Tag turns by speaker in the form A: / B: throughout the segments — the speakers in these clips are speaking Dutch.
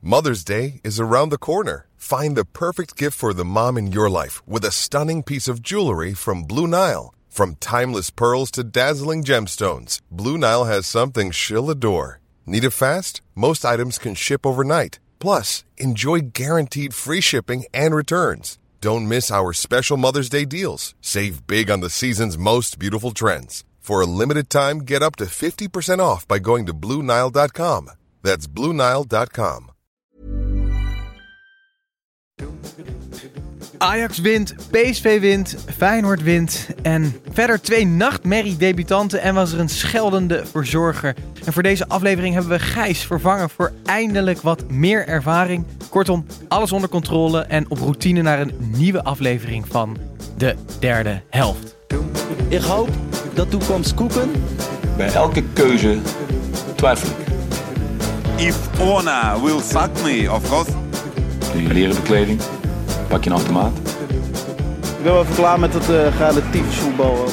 A: Mother's Day is around the corner. Find the perfect gift for the mom in your life with a stunning piece of jewelry from Blue Nile. From timeless pearls to dazzling gemstones, Blue Nile has something she'll adore. Need it fast? Most items can ship overnight. Plus, enjoy guaranteed free shipping and returns. Don't miss our special Mother's Day deals. Save big on the season's most beautiful trends. For a limited time, get up to 50% off by going to BlueNile.com. That's BlueNile.com.
B: Ajax wint, PSV wint, Feyenoord wint en verder 2 nachtmerrie-debutanten en was er een scheldende verzorger. En voor deze aflevering hebben we Gijs vervangen voor eindelijk wat meer ervaring. Kortom, alles onder controle en op routine naar een nieuwe aflevering van de derde helft.
C: Ik hoop dat toekomst koeken.
D: Bij elke keuze twijfel ik.
E: If Ona will fuck me, of course.
D: Doe je leren bekleding, pak je een automaat.
C: Ik ben wel even klaar met het relatief voetbal.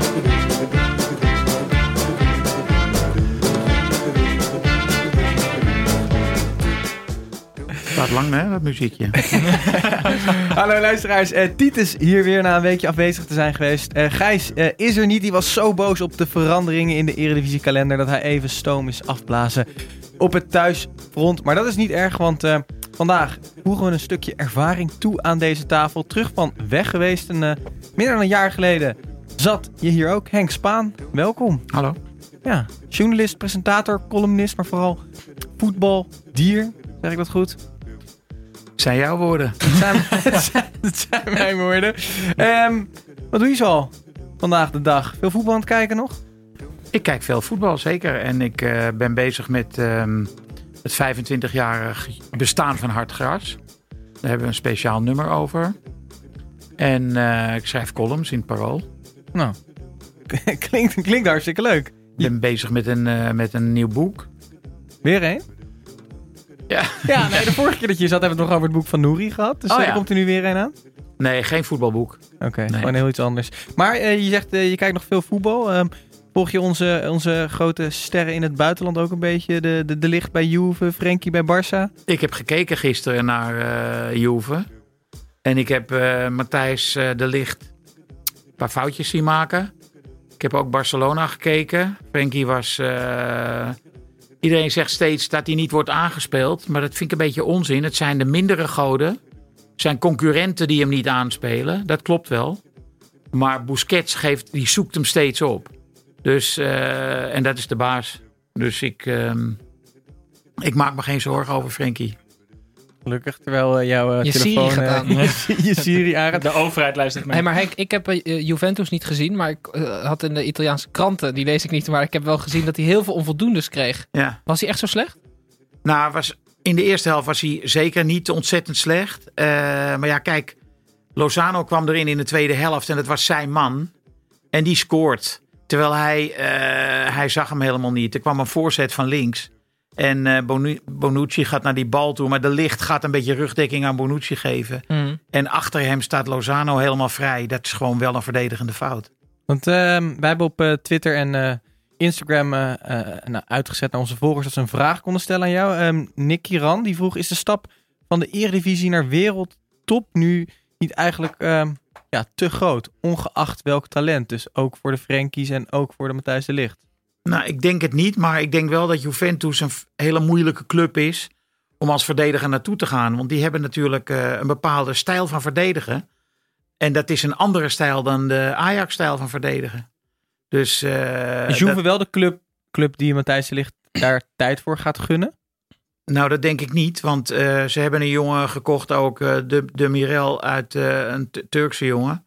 F: Het staat lang, hè, dat muziekje.
B: Hallo luisteraars, Titus hier weer na een weekje afwezig te zijn geweest. Gijs is er niet, die was zo boos op de veranderingen in de Eredivisie-kalender dat hij even stoom is afblazen op het thuisfront. Maar dat is niet erg, want vandaag voegen we een stukje ervaring toe aan deze tafel. Terug van weg geweest, meer dan een jaar geleden zat je hier ook. Henk Spaan, welkom.
F: Hallo.
B: Ja, journalist, presentator, columnist, maar vooral voetbaldier. Zeg ik dat goed?
F: Zijn jouw woorden.
B: Het zijn mijn woorden. Wat doe je zo vandaag de dag? Veel voetbal aan het kijken nog?
F: Ik kijk veel voetbal, zeker. En ik ben bezig met het 25-jarig bestaan van Hartgras. Daar hebben we een speciaal nummer over. En ik schrijf columns in het Parool.
B: Nou, klinkt hartstikke leuk.
F: Ik ben bezig met een nieuw boek.
B: Weer een? Ja, nee, de vorige keer dat je zat hebben we het nog over het boek van Nouri gehad. Dus komt er nu weer een aan?
F: Nee, geen voetbalboek.
B: Oké, gewoon heel iets anders. Maar je zegt, je kijkt nog veel voetbal. Volg je onze grote sterren in het buitenland ook een beetje? De Ligt bij Juve, Frenkie bij Barça?
F: Ik heb gekeken gisteren naar Juve. En ik heb Matthijs de Ligt een paar foutjes zien maken. Ik heb ook Barcelona gekeken. Frenkie was... Iedereen zegt steeds dat hij niet wordt aangespeeld. Maar dat vind ik een beetje onzin. Het zijn de mindere goden. Het zijn concurrenten die hem niet aanspelen. Dat klopt wel. Maar Busquets die zoekt hem steeds op. Dus, en dat is de baas. Dus ik maak me geen zorgen over Frenkie.
B: Gelukkig, terwijl jouw
G: je
B: telefoon...
G: Siri gaat aan.
B: Je Siri aangaat.
G: De overheid luistert mee. Hey, maar Henk, ik heb Juventus niet gezien, maar ik had in de Italiaanse kranten, die lees ik niet, maar ik heb wel gezien dat hij heel veel onvoldoendes kreeg.
F: Ja.
G: Was hij echt zo slecht?
F: Nou, in de eerste helft was hij zeker niet ontzettend slecht. Maar ja, kijk, Lozano kwam erin in de tweede helft en het was zijn man. En die scoort. Terwijl hij zag hem helemaal niet. Er kwam een voorzet van links. En Bonucci gaat naar die bal toe. Maar de Ligt gaat een beetje rugdekking aan Bonucci geven. Mm. En achter hem staat Lozano helemaal vrij. Dat is gewoon wel een verdedigende fout.
B: Want wij hebben op Twitter en Instagram uitgezet naar onze volgers dat ze een vraag konden stellen aan jou. Nick Kiran die vroeg, is de stap van de Eredivisie naar wereldtop nu niet eigenlijk te groot? Ongeacht welk talent. Dus ook voor de Frenkies en ook voor de Matthijs de Ligt.
F: Nou, ik denk het niet, maar ik denk wel dat Juventus een hele moeilijke club is om als verdediger naartoe te gaan. Want die hebben natuurlijk een bepaalde stijl van verdedigen. En dat is een andere stijl dan de Ajax-stijl van verdedigen. Dus
B: is Juve wel de club die Matthijs de Ligt daar tijd voor gaat gunnen?
F: Nou, dat denk ik niet, want ze hebben een jongen gekocht ook, de Mirel uit een Turkse jongen.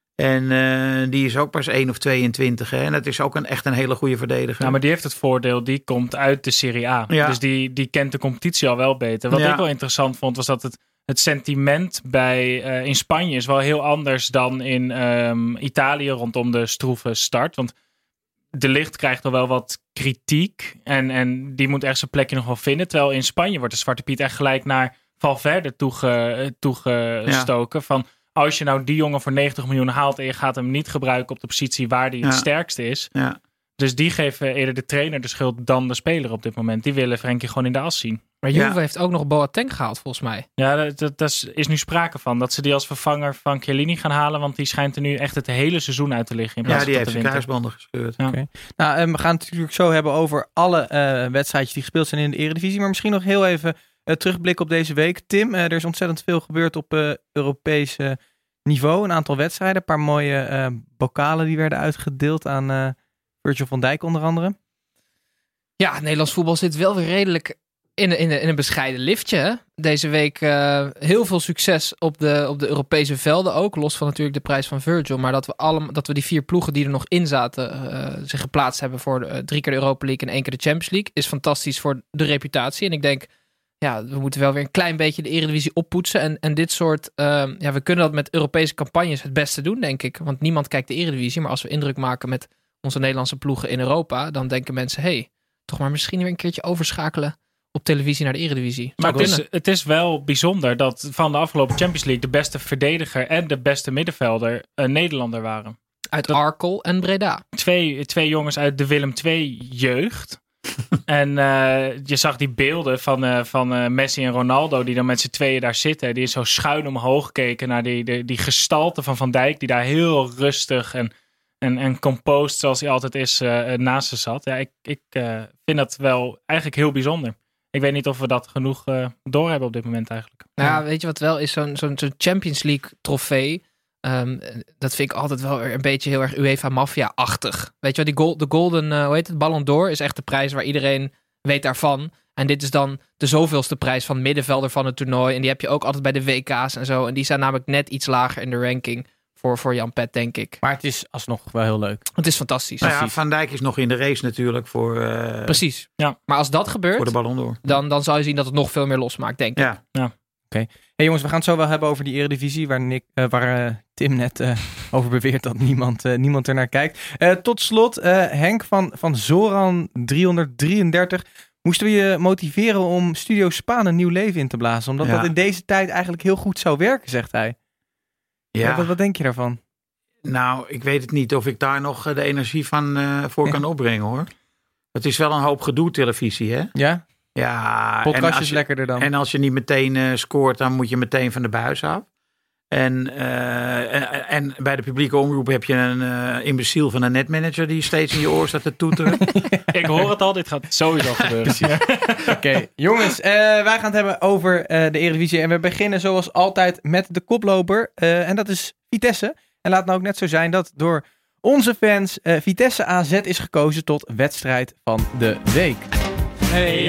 F: En die is ook pas 1 of 22. Hè? En dat is ook echt een hele goede verdediger.
H: Nou, maar die heeft het voordeel, die komt uit de Serie A. Ja. Dus die kent de competitie al wel beter. Wat ik wel interessant vond, was dat het sentiment in Spanje is wel heel anders dan in Italië rondom de stroeve start. Want de Ligt krijgt al wel wat kritiek. En die moet echt zijn plekje nog wel vinden. Terwijl in Spanje wordt de Zwarte Piet echt gelijk naar Valverde toegestoken. Van, als je nou die jongen voor 90 miljoen haalt en je gaat hem niet gebruiken op de positie waar hij het sterkste is. Ja. Dus die geven eerder de trainer de schuld dan de speler op dit moment. Die willen Frenkie gewoon in de as zien.
G: Maar Juve heeft ook nog Boateng gehaald, volgens mij.
H: Ja, dat is nu sprake van. Dat ze die als vervanger van Chiellini gaan halen. Want die schijnt er nu echt het hele seizoen uit te liggen.
F: Ja, die heeft zijn kruisbanden gescheurd.
B: Ja. Okay. Nou, we gaan het natuurlijk zo hebben over alle wedstrijdjes die gespeeld zijn in de Eredivisie. Maar misschien nog heel even terugblikken op deze week. Tim, er is ontzettend veel gebeurd op Europees niveau. Een aantal wedstrijden. Een paar mooie bokalen die werden uitgedeeld aan Virgil van Dijk onder andere.
G: Ja, Nederlands voetbal zit wel weer redelijk in een bescheiden liftje. Hè? Deze week heel veel succes op de Europese velden ook. Los van natuurlijk de prijs van Virgil. Maar dat we die 4 ploegen die er nog in zaten zich geplaatst hebben voor 3 keer de Europa League en 1 keer de Champions League. Is fantastisch voor de reputatie. En ik denk, ja, we moeten wel weer een klein beetje de Eredivisie oppoetsen. En dit soort, we kunnen dat met Europese campagnes het beste doen, denk ik. Want niemand kijkt de Eredivisie. Maar als we indruk maken met onze Nederlandse ploegen in Europa, dan denken mensen, toch maar misschien weer een keertje overschakelen op televisie naar de Eredivisie.
H: Maar het is wel bijzonder dat van de afgelopen Champions League de beste verdediger en de beste middenvelder een Nederlander waren.
G: Uit Arkel en Breda.
H: Twee jongens uit de Willem II jeugd. En je zag die beelden van Messi en Ronaldo die dan met z'n tweeën daar zitten. Die zo schuin omhoog keken naar die gestalte van Dijk die daar heel rustig en composed zoals hij altijd is naast ze zat. Ja, ik vind dat wel eigenlijk heel bijzonder. Ik weet niet of we dat genoeg doorhebben op dit moment eigenlijk.
G: Ja, weet je wat wel is? Zo'n Champions League trofee. Dat vind ik altijd wel een beetje heel erg UEFA Mafia-achtig. Weet je wel, de golden, Ballon d'Or is echt de prijs waar iedereen weet daarvan. En dit is dan de zoveelste prijs van middenvelder van het toernooi. En die heb je ook altijd bij de WK's en zo. En die zijn namelijk net iets lager in de ranking voor Jan Pet, denk ik.
B: Maar het is alsnog wel heel leuk.
G: Het is fantastisch.
F: Nou ja, Van Dijk is nog in de race natuurlijk voor...
G: Precies. Ja. Maar als dat gebeurt,
F: voor de Ballon d'Or.
G: Dan zal je zien dat het nog veel meer losmaakt, denk ik.
B: Ja. Oké. Hey jongens, we gaan het zo wel hebben over die Eredivisie, waar Tim net over beweert dat niemand er naar kijkt. Tot slot, Henk van Zoran 333. Moesten we je motiveren om Studio Spaan een nieuw leven in te blazen? Omdat dat in deze tijd eigenlijk heel goed zou werken, zegt hij. Ja. Wat denk je daarvan?
F: Nou, ik weet het niet of ik daar nog de energie voor kan opbrengen, hoor. Het is wel een hoop gedoe, televisie, hè?
B: Ja?
F: Ja.
B: Podcastjes is lekkerder dan.
F: En als je niet meteen scoort, dan moet je meteen van de buis af. En bij de publieke omroep heb je een imbeciel van een netmanager die steeds in je oor staat te toeteren.
H: Ik hoor het al, dit gaat sowieso gebeuren.
B: Oké, jongens, wij gaan het hebben over de Eredivisie. En we beginnen zoals altijd met de koploper. En dat is Vitesse. En laat nou ook net zo zijn dat door onze fans Vitesse AZ is gekozen tot wedstrijd van de week.
I: Hey,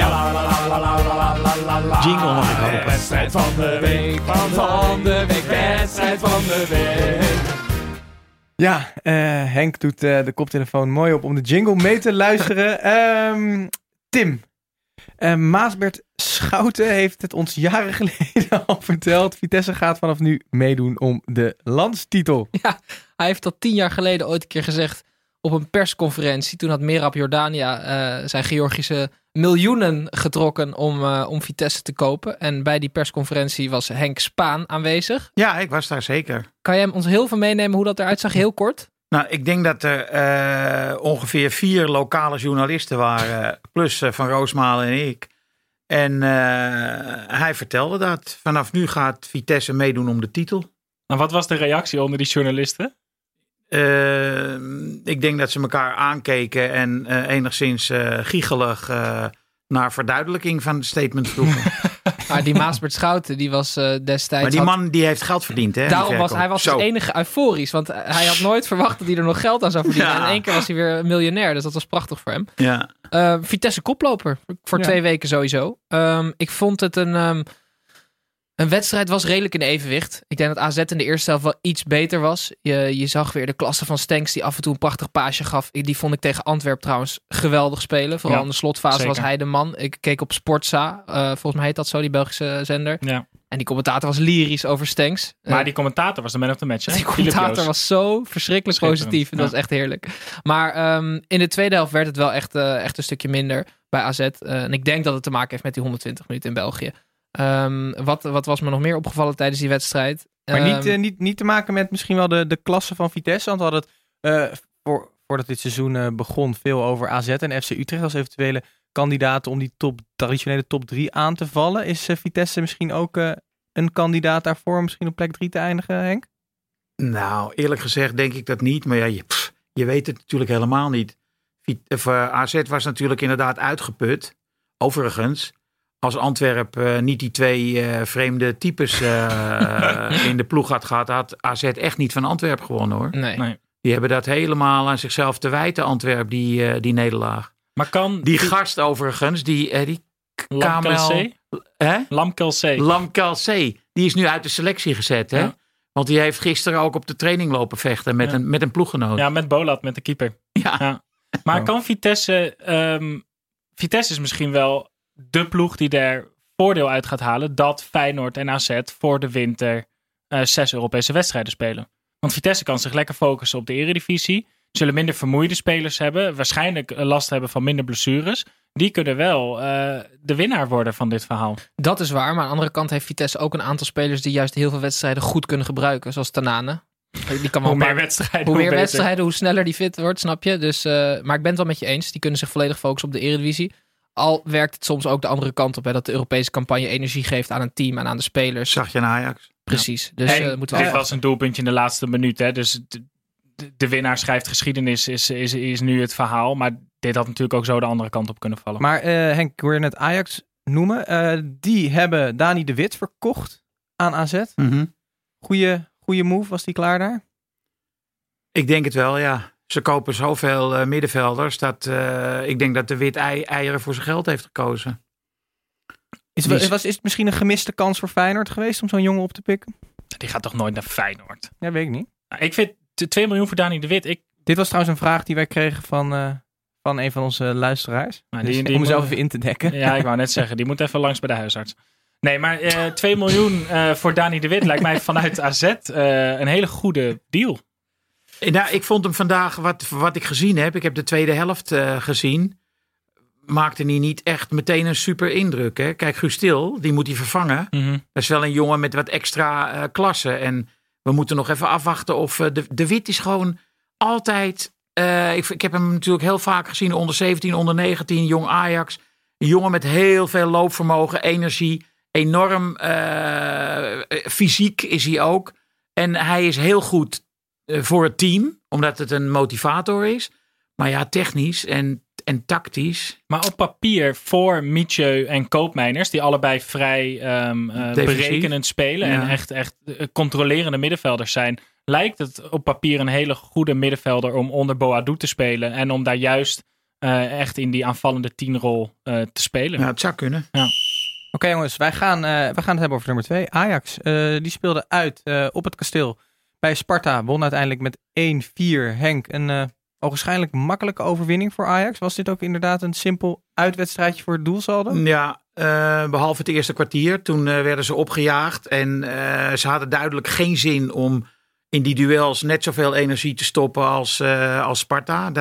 F: Jingle nog ik hoop.
I: Wedstrijd van de week, van de week, wedstrijd van de week.
B: Ja, Henk doet de koptelefoon mooi op om de jingle mee te luisteren. Tim, Maasbert Schouten heeft het ons jaren geleden al verteld. Vitesse gaat vanaf nu meedoen om de landstitel.
G: Ja, hij heeft dat 10 jaar geleden ooit een keer gezegd op een persconferentie. Toen had Merab Jordania zijn Georgische miljoenen getrokken om Vitesse te kopen. En bij die persconferentie was Henk Spaan aanwezig.
F: Ja, ik was daar zeker.
G: Kan jij ons heel veel meenemen hoe dat eruit zag, heel kort?
F: Nou, ik denk dat er ongeveer 4 lokale journalisten waren. Plus Van Roosmalen en ik. En hij vertelde dat. Vanaf nu gaat Vitesse meedoen om de titel.
H: En wat was de reactie onder die journalisten?
F: Ik denk dat ze elkaar aankeken en enigszins giechelig naar verduidelijking van het statement vroegen.
G: Maar die Maasbert Schouten, die was destijds...
F: Maar die man die heeft geld verdiend, hè?
G: Daarom was hij het enige euforisch. Want hij had nooit verwacht dat hij er nog geld aan zou verdienen. Ja. En in 1 keer was hij weer miljonair. Dus dat was prachtig voor hem.
F: Ja.
G: Vitesse koploper. Voor 2 weken sowieso. Ik vond het een wedstrijd was redelijk in evenwicht. Ik denk dat AZ in de eerste helft wel iets beter was. Je zag weer de klasse van Stenks die af en toe een prachtig paasje gaf. Die vond ik tegen Antwerp trouwens geweldig spelen. Vooral in de slotfase zeker. Was hij de man. Ik keek op Sportza. Volgens mij heet dat zo, die Belgische zender. Ja. En die commentator was lyrisch over Stenks.
H: Maar die commentator was de man of the match, hè?
G: Die commentator was zo verschrikkelijk positief. Dat was echt heerlijk. Maar in de tweede helft werd het wel echt een stukje minder bij AZ. En ik denk dat het te maken heeft met die 120 minuten in België. Wat was me nog meer opgevallen tijdens die wedstrijd?
B: Maar niet te maken met misschien wel de klasse van Vitesse. Want we hadden het voordat dit seizoen begon veel over AZ en FC Utrecht als eventuele kandidaten om die traditionele top 3 aan te vallen. Is Vitesse misschien ook een kandidaat daarvoor, misschien op plek 3 te eindigen, Henk?
F: Nou, eerlijk gezegd denk ik dat niet. Maar ja, je weet het natuurlijk helemaal niet. AZ was natuurlijk inderdaad uitgeput. Overigens, als Antwerp niet die 2 vreemde types in de ploeg had gehad, had AZ echt niet van Antwerp gewonnen, hoor.
G: Nee.
F: Die hebben dat helemaal aan zichzelf te wijten, Antwerp, die nederlaag.
H: Maar kan
F: die gast overigens, die Lamkelzee, die is nu uit de selectie gezet, hè? Ja. Want die heeft gisteren ook op de training lopen vechten met een ploeggenoot.
H: Ja, met Bolat, met de keeper. Ja. Maar kan Vitesse... Vitesse is misschien wel de ploeg die er voordeel uit gaat halen dat Feyenoord en AZ voor de winter 6 Europese wedstrijden spelen. Want Vitesse kan zich lekker focussen op de Eredivisie. Zullen minder vermoeide spelers hebben. Waarschijnlijk last hebben van minder blessures. Die kunnen wel de winnaar worden van dit verhaal.
G: Dat is waar, maar aan de andere kant heeft Vitesse ook een aantal spelers die juist heel veel wedstrijden goed kunnen gebruiken. Zoals Tanane. Die kan wel
H: hoe meer
G: wedstrijden, hoe sneller die fit wordt, snap je? Dus, maar ik ben het wel met je eens. Die kunnen zich volledig focussen op de Eredivisie. Al werkt het soms ook de andere kant op. Hè, dat de Europese campagne energie geeft aan een team en aan de spelers.
F: Zag je aan Ajax.
G: Precies. Ja. Dus,
H: dit was een doelpuntje in de laatste minuut. Hè? Dus de winnaar schrijft geschiedenis is nu het verhaal. Maar dit had natuurlijk ook zo de andere kant op kunnen vallen.
B: Maar Henk, ik hoorde net Ajax noemen. Die hebben Dani de Wit verkocht aan AZ.
F: Mm-hmm.
B: Goeie move, was die klaar daar?
F: Ik denk het wel, ja. Ze kopen zoveel middenvelders dat ik denk dat de Wit eieren voor zijn geld heeft gekozen.
B: Is het misschien een gemiste kans voor Feyenoord geweest om zo'n jongen op te pikken?
H: Die gaat toch nooit naar Feyenoord?
B: Ja, weet ik niet.
H: Nou, ik vind 2 miljoen voor Dani de Wit.
B: Dit was trouwens een vraag die wij kregen van een van onze luisteraars.
H: Nou,
B: dus om mezelf even in te dekken.
H: Ja, ik wou net zeggen, die moet even langs bij de huisarts. Nee, maar 2 miljoen voor Dani de Wit lijkt mij vanuit AZ een hele goede deal.
F: Nou, ik vond hem vandaag, wat ik gezien heb, ik heb de tweede helft gezien, maakte hij niet echt meteen een super indruk. Hè? Kijk, Guus Til, die moet hij vervangen.
H: Mm-hmm.
F: Dat is wel een jongen met wat extra klasse. En we moeten nog even afwachten of de Wit is gewoon altijd... Ik heb hem natuurlijk heel vaak gezien, onder 17, onder 19, jong Ajax. Een jongen met heel veel loopvermogen, energie, enorm fysiek is hij ook. En hij is heel goed voor het team, omdat het een motivator is. Maar ja, technisch en tactisch.
H: Maar op papier voor Mitjeu en Koopmeiners, die allebei vrij berekenend spelen en echt controlerende middenvelders zijn, lijkt het op papier een hele goede middenvelder om onder Boadu te spelen en om daar juist echt in die aanvallende 10-rol te spelen.
F: Ja, het zou kunnen.
H: Ja.
B: Oké, jongens, wij gaan het hebben over nummer 2. Ajax, die speelde uit op het kasteel bij Sparta. Won uiteindelijk met 1-4. Henk, een ogenschijnlijk makkelijke overwinning voor Ajax. Was dit ook inderdaad een simpel uitwedstrijdje voor het doelsaldo?
F: Ja, behalve het eerste kwartier. Toen werden ze opgejaagd. En ze hadden duidelijk geen zin om in die duels net zoveel energie te stoppen als Sparta.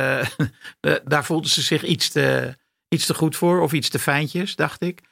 F: Daar voelden ze zich iets te goed voor. Of iets te fijntjes, dacht ik.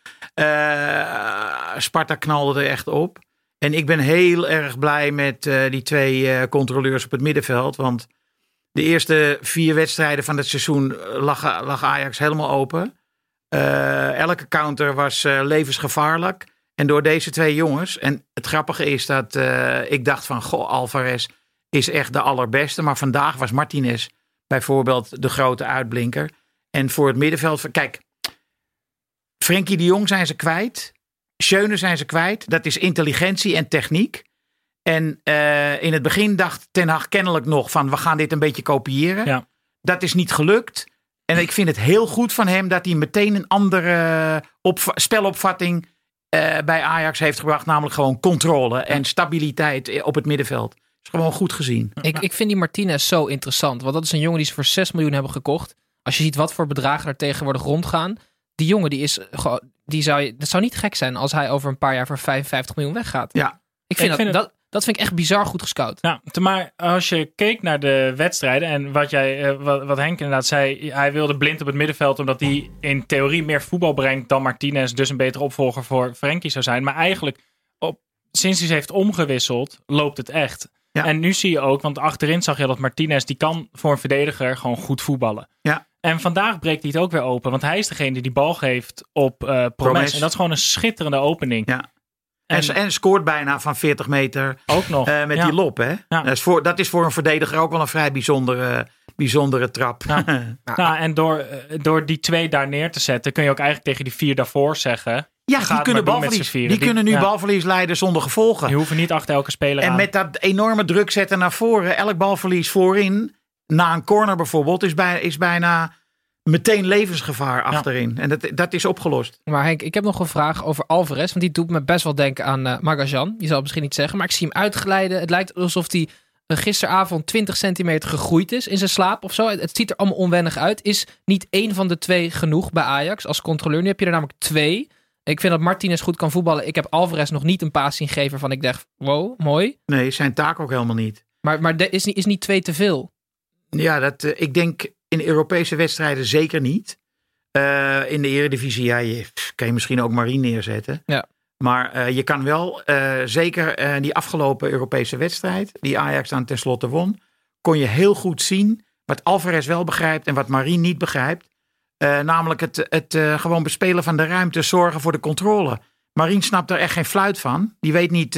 F: Sparta knalde er echt op. En ik ben heel erg blij met die 2 controleurs op het middenveld. Want de eerste 4 wedstrijden van het seizoen lag Ajax helemaal open. Elke counter was levensgevaarlijk. En door deze 2 jongens. En het grappige is dat ik dacht van, Alvarez is echt de allerbeste. Maar vandaag was Martinez bijvoorbeeld de grote uitblinker. En voor het middenveld, kijk, Frenkie de Jong zijn ze kwijt. Schöne zijn ze kwijt. Dat is intelligentie en techniek. En in het begin dacht Ten Hag kennelijk nog van, we gaan dit een beetje kopiëren.
H: Ja.
F: Dat is niet gelukt. En ik vind het heel goed van hem dat hij meteen een andere spelopvatting bij Ajax heeft gebracht. Namelijk gewoon controle en stabiliteit op het middenveld. Dat is gewoon goed gezien.
G: Ik vind die Martinez zo interessant. Want dat is een jongen die ze voor 6 miljoen hebben gekocht. Als je ziet wat voor bedragen er tegenwoordig rondgaan. Die jongen die is gewoon... Dat zou niet gek zijn als hij over een paar jaar voor 55 miljoen weggaat.
F: Ja.
G: Dat vind ik echt bizar goed gescout.
H: Ja, maar als je keek naar de wedstrijden en wat Henk inderdaad zei, hij wilde Blind op het middenveld omdat hij in theorie meer voetbal brengt dan Martinez, dus een betere opvolger voor Frenkie zou zijn. Maar eigenlijk, sinds hij ze heeft omgewisseld, loopt het echt. Ja. En nu zie je ook, want achterin zag je dat Martinez, die kan voor een verdediger gewoon goed voetballen.
F: Ja.
H: En vandaag breekt hij het ook weer open. Want hij is degene die die bal geeft op Promes. En dat is gewoon een schitterende opening.
J: Ja. En scoort bijna van 40 meter.
H: Ook nog.
J: Met die lop. Hè? Ja. Dat is voor een verdediger ook wel een vrij bijzondere trap.
H: Ja. En door die 2 daar neer te zetten, kun je ook eigenlijk tegen die 4 daarvoor zeggen.
J: Ja, die kunnen nu balverlies leiden zonder gevolgen.
H: Die hoeven niet achter elke speler aan.
J: En met dat enorme druk zetten naar voren. Elk balverlies voorin, na een corner bijvoorbeeld, is bijna meteen levensgevaar achterin. En dat is opgelost.
G: Maar Henk, ik heb nog een vraag over Alvarez. Want die doet me best wel denken aan Magajan. Je zal het misschien niet zeggen, maar ik zie hem uitglijden. Het lijkt alsof hij gisteravond 20 centimeter gegroeid is in zijn slaap of zo. Het ziet er allemaal onwennig uit. Is niet 1 van de 2 genoeg bij Ajax als controleur? Nu heb je er namelijk 2. Ik vind dat Martinez goed kan voetballen. Ik heb Alvarez nog niet een paas zien geven waarvan ik dacht, wow, mooi.
J: Nee, zijn taak ook helemaal niet.
G: Maar is niet 2 te veel?
J: Ja, ik denk in Europese wedstrijden zeker niet. In de Eredivisie, kan je misschien ook Marin neerzetten.
G: Ja.
J: Maar je kan wel, zeker die afgelopen Europese wedstrijd, die Ajax dan tenslotte won, kon je heel goed zien wat Alvarez wel begrijpt en wat Marin niet begrijpt. Namelijk het gewoon bespelen van de ruimte, zorgen voor de controle. Marin snapt er echt geen fluit van. Die weet niet,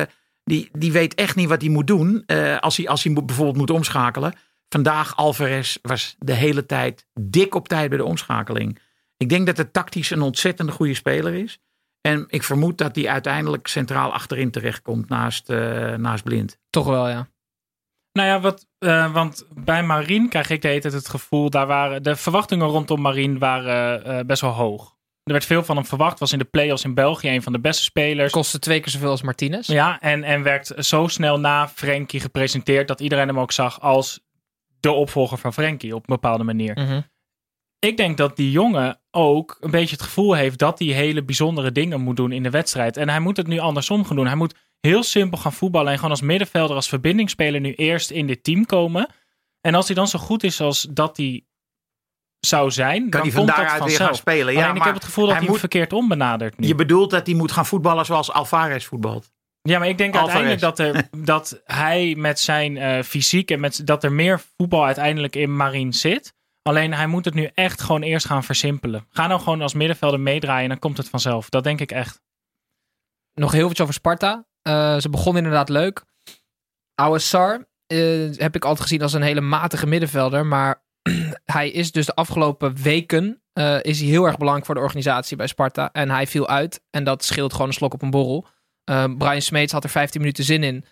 J: die weet echt niet wat hij moet doen als hij bijvoorbeeld moet omschakelen. Vandaag Alvarez was de hele tijd dik op tijd bij de omschakeling. Ik denk dat het tactisch een ontzettende goede speler is. En ik vermoed dat hij uiteindelijk centraal achterin terechtkomt naast Blind.
G: Toch wel, ja.
H: Nou ja, want bij Marin krijg ik de hele tijd het gevoel, de verwachtingen rondom Marin waren best wel hoog. Er werd veel van hem verwacht, was in de play-offs in België een van de beste spelers.
G: Kostte 2 keer zoveel als Martinez.
H: Ja, en werd zo snel na Frenkie gepresenteerd dat iedereen hem ook zag als de opvolger van Frenkie op een bepaalde manier.
G: Mm-hmm.
H: Ik denk dat die jongen ook een beetje het gevoel heeft dat hij hele bijzondere dingen moet doen in de wedstrijd. En hij moet het nu andersom gaan doen. Hij moet heel simpel gaan voetballen en gewoon als middenvelder, als verbindingsspeler nu eerst in dit team komen. En als hij dan zo goed is als dat hij zou zijn,
J: kan
H: dan
J: hij
H: komt
J: van
H: dat
J: daaruit
H: vanzelf.
J: weer gaan spelen. Ja,
H: alleen ik heb het gevoel dat hij het verkeerd ombenadert nu.
J: Je bedoelt dat hij moet gaan voetballen zoals Alvarez voetbalt?
H: Ja, maar ik denk uiteindelijk dat hij met zijn fysiek en dat er meer voetbal uiteindelijk in Marin zit. Alleen hij moet het nu echt gewoon eerst gaan versimpelen. Ga nou gewoon als middenvelder meedraaien en dan komt het vanzelf. Dat denk ik echt.
G: Nog heel veel over Sparta. Ze begonnen inderdaad leuk. Oude Sar heb ik altijd gezien als een hele matige middenvelder. Maar hij is dus de afgelopen weken is hij heel erg belangrijk voor de organisatie bij Sparta. En hij viel uit. En dat scheelt gewoon een slok op een borrel. Brian Smeets had er 15 minuten zin in.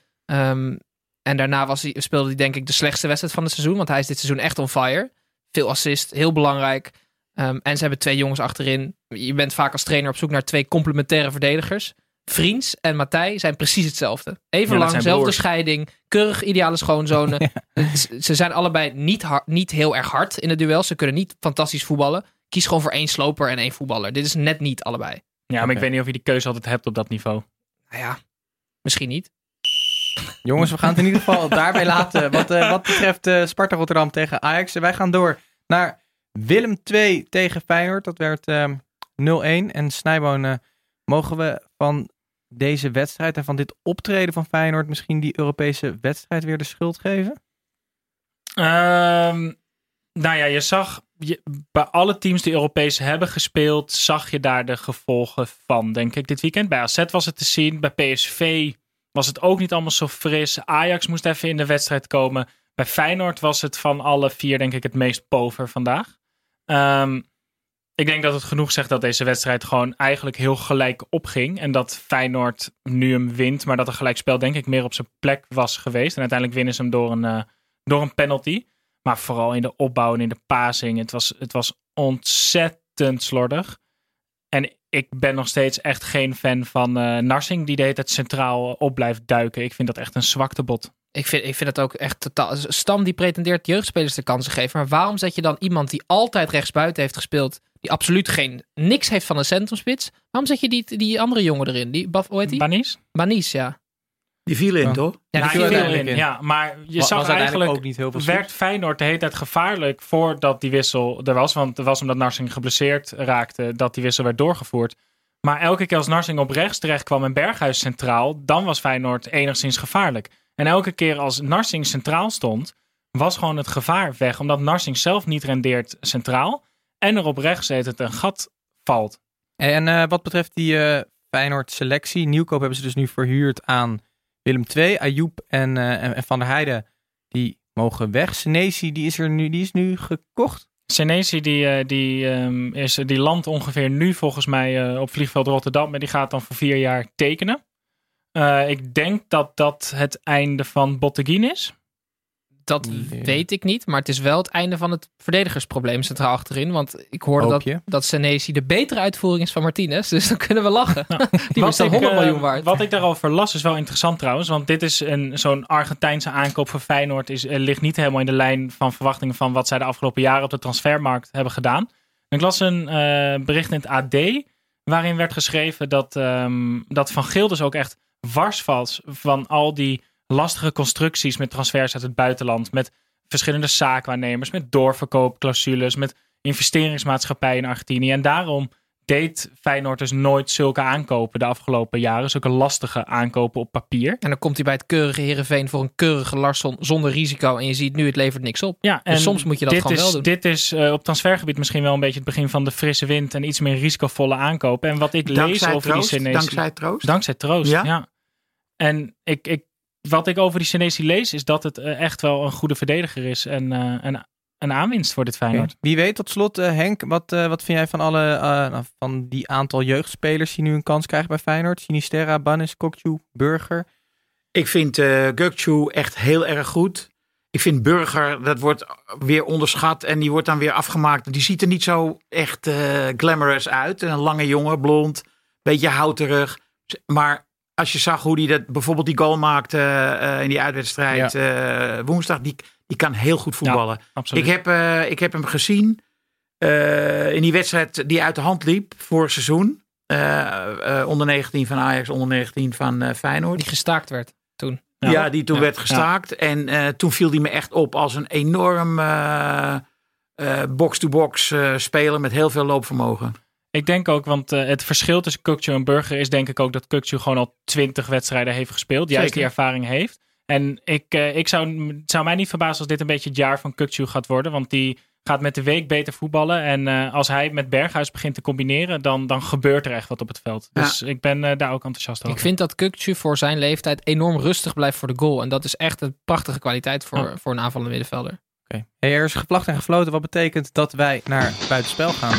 G: En daarna speelde hij denk ik de slechtste wedstrijd van het seizoen. Want hij is dit seizoen echt on fire. Veel assist, heel belangrijk. En ze hebben 2 jongens achterin. Je bent vaak als trainer op zoek naar 2 complementaire verdedigers. Vriends en Matthij zijn precies hetzelfde. Even lang, zelfde scheiding. Keurig ideale schoonzonen. Ja. Ze zijn allebei niet heel erg hard in het duel. Ze kunnen niet fantastisch voetballen. Kies gewoon voor 1 sloper en 1 voetballer. Dit is net niet allebei.
H: Ja, maar ik weet niet of je die keuze altijd hebt op dat niveau.
G: Nou ja, misschien niet.
B: Jongens, we gaan het in ieder geval daarbij laten. Wat betreft Sparta Rotterdam tegen Ajax. Wij gaan door naar Willem II tegen Feyenoord. Dat werd 0-1. En Snijboon, mogen we van deze wedstrijd en van dit optreden van Feyenoord misschien die Europese wedstrijd weer de schuld geven?
H: Nou ja, je zag bij alle teams die Europees hebben gespeeld, zag je daar de gevolgen van, denk ik, dit weekend. Bij AZ was het te zien. Bij PSV was het ook niet allemaal zo fris. Ajax moest even in de wedstrijd komen. Bij Feyenoord was het van alle 4, denk ik, het meest pover vandaag. Ik denk dat het genoeg zegt dat deze wedstrijd gewoon eigenlijk heel gelijk opging. En dat Feyenoord nu hem wint. Maar dat een gelijkspel denk ik meer op zijn plek was geweest. En uiteindelijk winnen ze hem door een penalty. Maar vooral in de opbouw en in de passing. Het was ontzettend slordig. En ik ben nog steeds echt geen fan van Narsing. Die de hele tijd centraal op blijft duiken. Ik vind dat echt een zwaktebod.
G: Ik vind het ook echt totaal... Stam die pretendeert jeugdspelers de kansen geven. Maar waarom zet je dan iemand die altijd rechtsbuiten heeft gespeeld, die absoluut niks heeft van een centrumspits? Waarom zet je die andere jongen erin? Hoe heet die? Banis, ja.
J: Die viel in, toch?
G: Ja, die viel
H: in. Ja, maar je zag eigenlijk ook niet heel veel werd Feyenoord de hele tijd gevaarlijk voordat die wissel er was. Want het was omdat Narsing geblesseerd raakte dat die wissel werd doorgevoerd. Maar elke keer als Narsing op rechts terecht kwam en Berghuis centraal, dan was Feyenoord enigszins gevaarlijk. En elke keer als Narsing centraal stond, was gewoon het gevaar weg. Omdat Narsing zelf niet rendeert centraal. En er op rechts het een gat valt.
B: En wat betreft die Feyenoord selectie. Nieuwkoop hebben ze dus nu verhuurd aan Willem II. Ayoub en Van der Heijden, die mogen weg. Senesi, die is nu gekocht.
H: Senesi die landt ongeveer nu volgens mij op vliegveld Rotterdam. Maar die gaat dan voor 4 jaar tekenen. Ik denk dat het einde van Botteguin is.
G: Dat weet ik niet, maar het is wel het einde van het verdedigersprobleem centraal achterin. Want ik hoorde dat Senesi de betere uitvoering is van Martinez. Dus dan kunnen we lachen. Nou, die was dan 100 miljoen waard.
H: Wat ik daarover las is wel interessant trouwens. Want dit is zo'n Argentijnse aankoop voor Feyenoord. Ligt niet helemaal in de lijn van verwachtingen van wat zij de afgelopen jaren op de transfermarkt hebben gedaan. En ik las een bericht in het AD waarin werd geschreven dat Van Gildes ook echt wars was van al die lastige constructies met transfers uit het buitenland. Met verschillende zaakwaarnemers, met doorverkoopclausules, met investeringsmaatschappijen in Argentinië. En daarom deed Feyenoord dus nooit zulke aankopen de afgelopen jaren. Zulke lastige aankopen op papier.
G: En dan komt hij bij het keurige Heerenveen voor een keurige Larsson zonder risico. En je ziet nu, het levert niks op.
H: Ja,
G: dus soms moet je dat gewoon wel doen.
H: Dit is op transfergebied misschien wel een beetje het begin van de frisse wind en iets meer risicovolle aankopen. En wat ik lees over die Senesi...
J: Dankzij Troost?
H: Dankzij Troost, ja. En wat ik over die Senesi lees, is dat het echt wel een goede verdediger is. En een aanwinst voor dit Feyenoord.
B: Okay. Wie weet, tot slot, Henk, wat vind jij van van die aantal jeugdspelers die nu een kans krijgen bij Feyenoord? Sinisterra, Bannis, Kokju, Burger.
J: Ik vind Gökçe echt heel erg goed. Ik vind Burger, dat wordt weer onderschat en die wordt dan weer afgemaakt. Die ziet er niet zo echt glamorous uit. Een lange jongen, blond, beetje houterig. Maar als je zag hoe hij bijvoorbeeld die goal maakte in die uitwedstrijd woensdag, die kan heel goed voetballen.
H: Ja, absoluut.
J: Ik heb hem gezien in die wedstrijd die uit de hand liep vorig seizoen. Onder 19 van Ajax, onder 19 van Feyenoord.
G: Die gestaakt werd toen.
J: Ja, die toen werd gestaakt. Ja. En toen viel hij me echt op als een enorm box-to-box speler met heel veel loopvermogen.
H: Ik denk ook, want het verschil tussen Gökçe en Burger is denk ik ook dat Gökçe gewoon al 20 wedstrijden heeft gespeeld. Juist Zeker. Die ervaring heeft. En ik zou mij niet verbazen als dit een beetje het jaar van Gökçe gaat worden. Want die gaat met de week beter voetballen. En als hij met Berghuis begint te combineren, dan gebeurt er echt wat op het veld. Dus ik ben daar ook enthousiast over.
G: Ik vind dat Gökçe voor zijn leeftijd enorm rustig blijft voor de goal. En dat is echt een prachtige kwaliteit voor een aanvallende middenvelder.
B: Okay. Hey, er is gevlacht en gefloten. Wat betekent dat wij naar buitenspel gaan?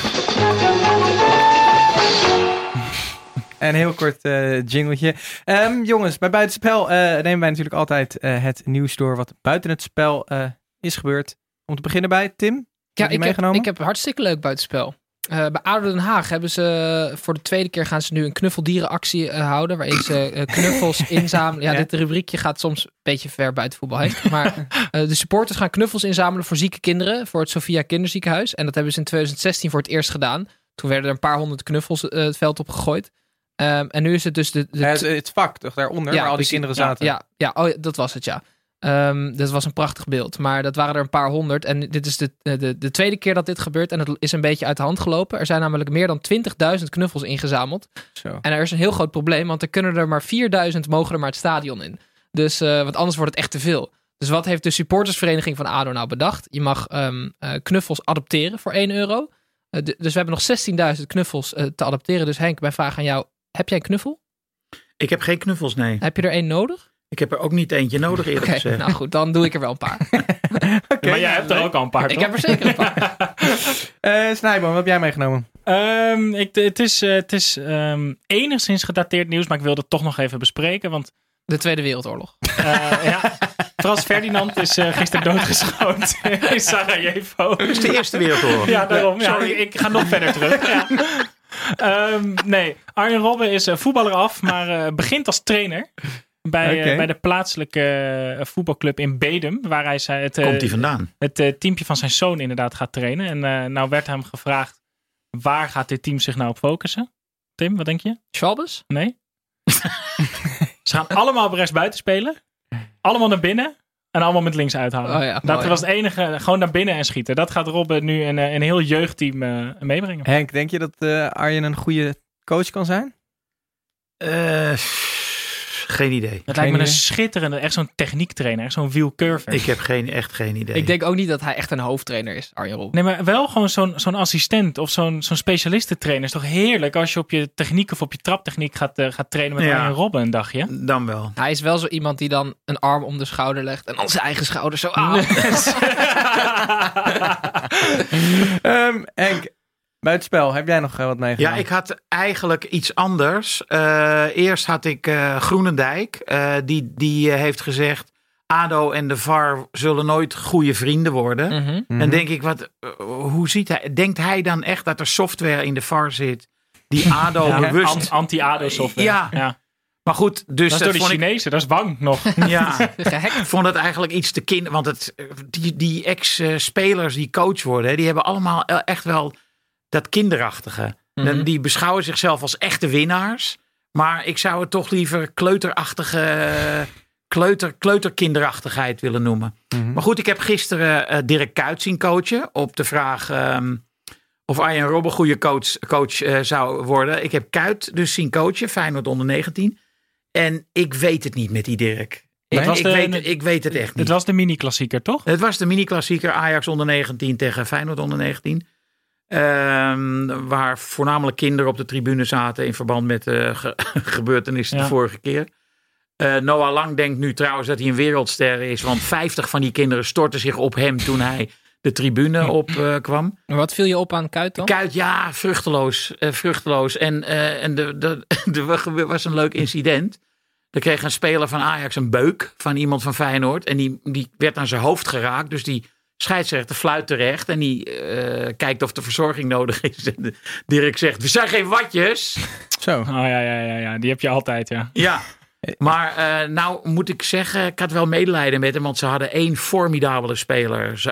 B: Een heel kort jingletje. Jongens, bij buitenspel nemen wij natuurlijk altijd het nieuws door wat buiten het spel is gebeurd. Om te beginnen bij Tim.
G: Ja, ik heb hartstikke leuk buitenspel. Bij ADO Den Haag hebben ze voor de tweede keer gaan ze nu een knuffeldierenactie houden. Waarin ze knuffels inzamelen. Ja, dit rubriekje gaat soms een beetje ver buiten voetbal heen. Maar de supporters gaan knuffels inzamelen voor zieke kinderen. Voor het Sophia Kinderziekenhuis. En dat hebben ze in 2016 voor het eerst gedaan. Toen werden er een paar honderd knuffels het veld op gegooid. En nu is het dus
B: het vak toch daaronder, waar al die kinderen zaten.
G: Ja, dat was het, ja. Dat was een prachtig beeld. Maar dat waren er een paar honderd. En dit is de tweede keer dat dit gebeurt. En het is een beetje uit de hand gelopen. Er zijn namelijk meer dan 20.000 knuffels ingezameld.
B: Zo.
G: En er is een heel groot probleem. Want er kunnen er maar 4.000 mogen er maar het stadion in. Dus, want anders wordt het echt te veel. Dus wat heeft de supportersvereniging van ADO nou bedacht? Je mag knuffels adopteren voor €1. Dus we hebben nog 16.000 knuffels te adopteren. Dus Henk, mijn vraag aan jou. Heb jij een knuffel?
J: Ik heb geen knuffels, nee.
G: Heb je er één nodig?
J: Ik heb er ook niet eentje nodig, eerlijk gezegd.
G: Nou goed, dan doe ik er wel een paar.
H: Maar jij hebt er ook al een paar, toch?
G: Ik heb er zeker een paar.
B: Snijboom, wat heb jij meegenomen?
H: Het is enigszins gedateerd nieuws, maar ik wilde het toch nog even bespreken. Want
G: de Tweede Wereldoorlog.
H: Frans Ferdinand is gisteren doodgeschoten in Sarajevo.
J: Dat is de Eerste Wereldoorlog.
H: Ja, daarom. Ja, ik ga nog verder terug. Ja. Nee, Arjen Robben is voetballer af, maar begint als trainer. Bij de plaatselijke voetbalclub in Bedum, waar hij
J: komt hij vandaan?
H: Het teampje van zijn zoon inderdaad gaat trainen. En nou werd hem gevraagd, waar gaat dit team zich nou op focussen? Tim, wat denk je?
G: Schwalbes?
H: Nee. Ze gaan allemaal op rechts buiten spelen. Allemaal naar binnen. En allemaal met links uithalen. Dat was het enige. Gewoon naar binnen en schieten. Dat gaat Robben nu een heel jeugdteam meebrengen.
B: Henk, denk je dat Arjen een goede coach kan zijn?
J: Geen idee.
H: Het lijkt me een schitterende, echt zo'n techniektrainer. Echt zo'n wielcurver.
J: Ik heb echt geen idee.
G: Ik denk ook niet dat hij echt een hoofdtrainer is, Arjen Robben.
H: Nee, maar wel gewoon zo'n assistent of zo'n specialistentrainer. Is toch heerlijk als je op je techniek of op je traptechniek gaat trainen met Arjen Robben een dagje?
J: Dan wel.
G: Hij is wel zo iemand die dan een arm om de schouder legt en dan zijn eigen schouder zo aan.
B: Henk, buitenspel, heb jij nog wat meegemaakt?
J: Ja, ik had eigenlijk iets anders. Eerst had ik Groenendijk. Die heeft gezegd, ADO en de VAR zullen nooit goede vrienden worden.
G: Mm-hmm.
J: En denk ik, hoe ziet hij? Denkt hij dan echt dat er software in de VAR zit die ADO bewust...
H: Anti-ADO software.
J: Ja. Maar goed, dus
H: dat is door de Chinezen, dat is bang nog.
J: Ja, ik vond het eigenlijk iets te want die ex-spelers die coach worden, die hebben allemaal echt wel dat kinderachtige. Mm-hmm. Die beschouwen zichzelf als echte winnaars. Maar ik zou het toch liever kleuterkinderachtigheid willen noemen. Mm-hmm. Maar goed, ik heb gisteren Dirk Kuyt zien coachen op de vraag of Arjen Robben goede coach zou worden. Ik heb Kuyt dus zien coachen, Feyenoord onder 19. En ik weet het niet met die Dirk. Ik weet het echt niet.
H: Het was de mini-klassieker, toch?
J: Het was de mini-klassieker Ajax onder 19 tegen Feyenoord onder 19. Waar voornamelijk kinderen op de tribune zaten in verband met gebeurtenissen de vorige keer. Noah Lang denkt nu trouwens dat hij een wereldster is. Want 50 van die kinderen stortten zich op hem toen hij de tribune opkwam.
G: Wat viel je op aan Kuyt dan?
J: Kuyt, ja, vruchteloos. En er was een leuk incident. Er kreeg een speler van Ajax een beuk van iemand van Feyenoord. En die werd aan zijn hoofd geraakt. Dus die scheidsrechter fluit terecht. En die kijkt of er verzorging nodig is. En Dirk zegt, we zijn geen watjes.
H: Zo. Oh ja. Die heb je altijd, ja.
J: Ja. Maar nou moet ik zeggen, ik had wel medelijden met hem. Want ze hadden één formidabele speler.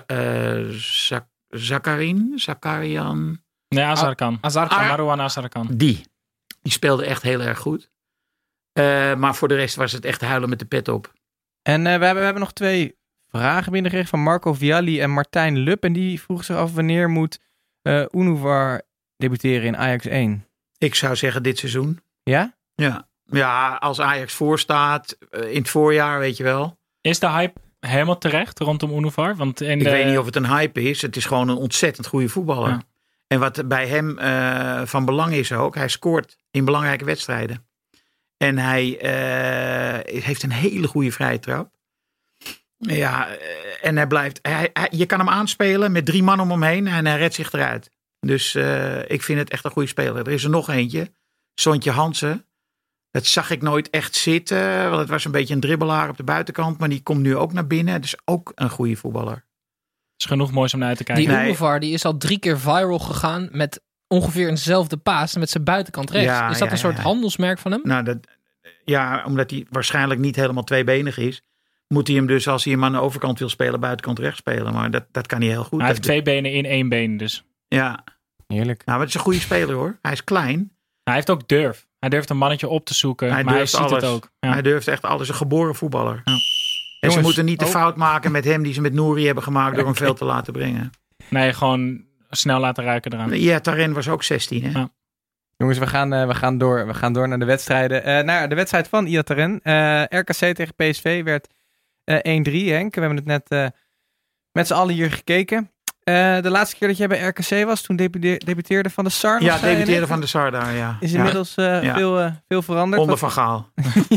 J: Zakarian.
H: Nee, Azarkan. Marouane Azarkan.
J: Die speelde echt heel erg goed. Maar voor de rest was het echt huilen met de pet op.
B: En we hebben nog 2 vragen binnengekregen van Marco Vialli en Martijn Lup. En die vroeg zich af wanneer moet Unnuvar debuteren in Ajax 1?
J: Ik zou zeggen dit seizoen.
B: Ja?
J: Ja, als Ajax voorstaat in het voorjaar, weet je wel.
H: Is de hype helemaal terecht rondom Unnuvar? Want
J: ik weet niet of het een hype is. Het is gewoon een ontzettend goede voetballer. Ja. En wat bij hem van belang is ook, hij scoort in belangrijke wedstrijden. En hij heeft een hele goede vrije trap. Ja, en hij blijft... je kan hem aanspelen met 3 man om hem heen en hij redt zich eruit. Dus ik vind het echt een goede speler. Er is er nog eentje. Sontje Hansen. Dat zag ik nooit echt zitten. Want het was een beetje een dribbelaar op de buitenkant. Maar die komt nu ook naar binnen. Dus ook een goede voetballer.
H: Het is genoeg moois om naar uit te kijken.
G: Die Unnuvar die is al 3 keer viral gegaan met ongeveer eenzelfde paas met zijn buitenkant rechts.
J: Ja,
G: is dat een soort handelsmerk van hem?
J: Nou, omdat hij waarschijnlijk niet helemaal tweebenig is, moet hij hem dus, als hij hem aan de overkant wil spelen, buitenkant rechts spelen. Maar dat kan hij heel goed.
H: Hij heeft 2 benen in 1 been dus.
J: Ja.
B: Heerlijk.
J: Nou, maar het is een goede speler hoor. Hij is klein.
H: Hij heeft ook durf. Hij durft een mannetje op te zoeken, maar hij ziet het ook. Ja.
J: Hij durft echt alles. Een geboren voetballer. Ja. En
B: Jongens,
J: ze moeten niet de fout maken met hem die ze met Nouri hebben gemaakt door hem veel te laten brengen.
H: Nee, gewoon snel laten ruiken eraan.
J: Ja, Tarin was ook 16 hè. Ja.
B: Jongens, we gaan door naar de wedstrijden. Naar de wedstrijd van Iataren. RKC tegen PSV werd 1-3, Henk. We hebben het net met z'n allen hier gekeken. De laatste keer dat jij bij RKC was, toen debuteerde Van der Sar.
J: Ja, debuteerde Van der Sar daar, ja.
B: Is inmiddels veel veranderd.
J: Onder Van Gaal.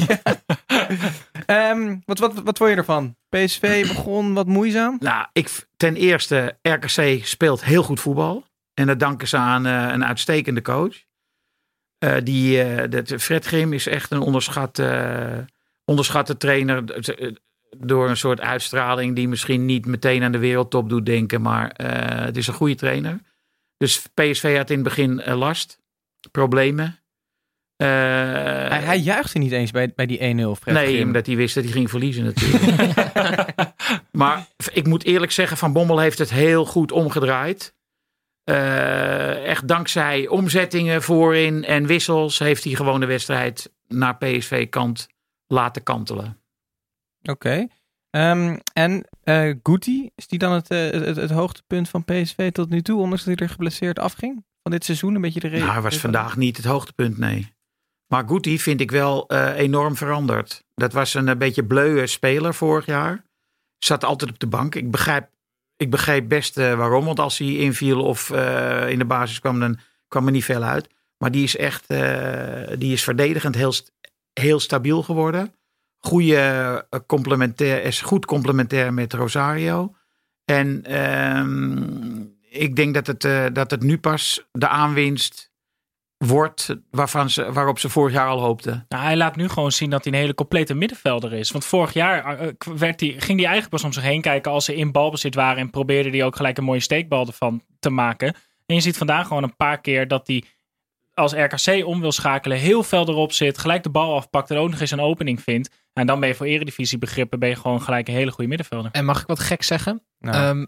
B: Wat vond je ervan? PSV begon wat moeizaam.
J: Nou, ten eerste, RKC speelt heel goed voetbal. En dat danken ze aan een uitstekende coach. Fred Grim is echt een onderschatte trainer. Door een soort uitstraling die misschien niet meteen aan de wereldtop doet denken. Maar het is een goede trainer. Dus PSV had in het begin last. Problemen.
B: Hij juichte niet eens bij die 1-0. Fred
J: nee,
B: Grim.
J: omdat hij wist dat hij ging verliezen natuurlijk. Maar ik moet eerlijk zeggen, Van Bommel heeft het heel goed omgedraaid. Echt dankzij omzettingen voorin en wissels heeft hij gewoon de wedstrijd naar PSV-kant laten kantelen.
B: Oké. En Guti, is die dan het hoogtepunt van PSV tot nu toe, ondanks dat hij er geblesseerd afging van dit seizoen? Een beetje de reden.
J: Nou, hij was vandaag niet het hoogtepunt, nee. Maar Guti vind ik wel enorm veranderd. Dat was een beetje bleuwe speler vorig jaar. Zat altijd op de bank. Ik begreep best waarom. Want als hij inviel of in de basis kwam, dan kwam er niet veel uit. Maar die is echt die is verdedigend heel stabiel geworden. Is goed complementair met Rosario. En ik denk dat het nu pas de aanwinst wordt waarop ze vorig jaar al hoopten.
H: Nou, hij laat nu gewoon zien dat hij een hele complete middenvelder is. Want vorig jaar ging hij eigenlijk pas om zich heen kijken als ze in balbezit waren en probeerde hij ook gelijk een mooie steekbal ervan te maken. En je ziet vandaag gewoon een paar keer dat hij als RKC om wil schakelen, heel fel erop zit, gelijk de bal afpakt en ook nog eens een opening vindt. En dan ben je voor Eredivisie begrippen gewoon gelijk een hele goede middenvelder.
G: En mag ik wat gek zeggen? Nou.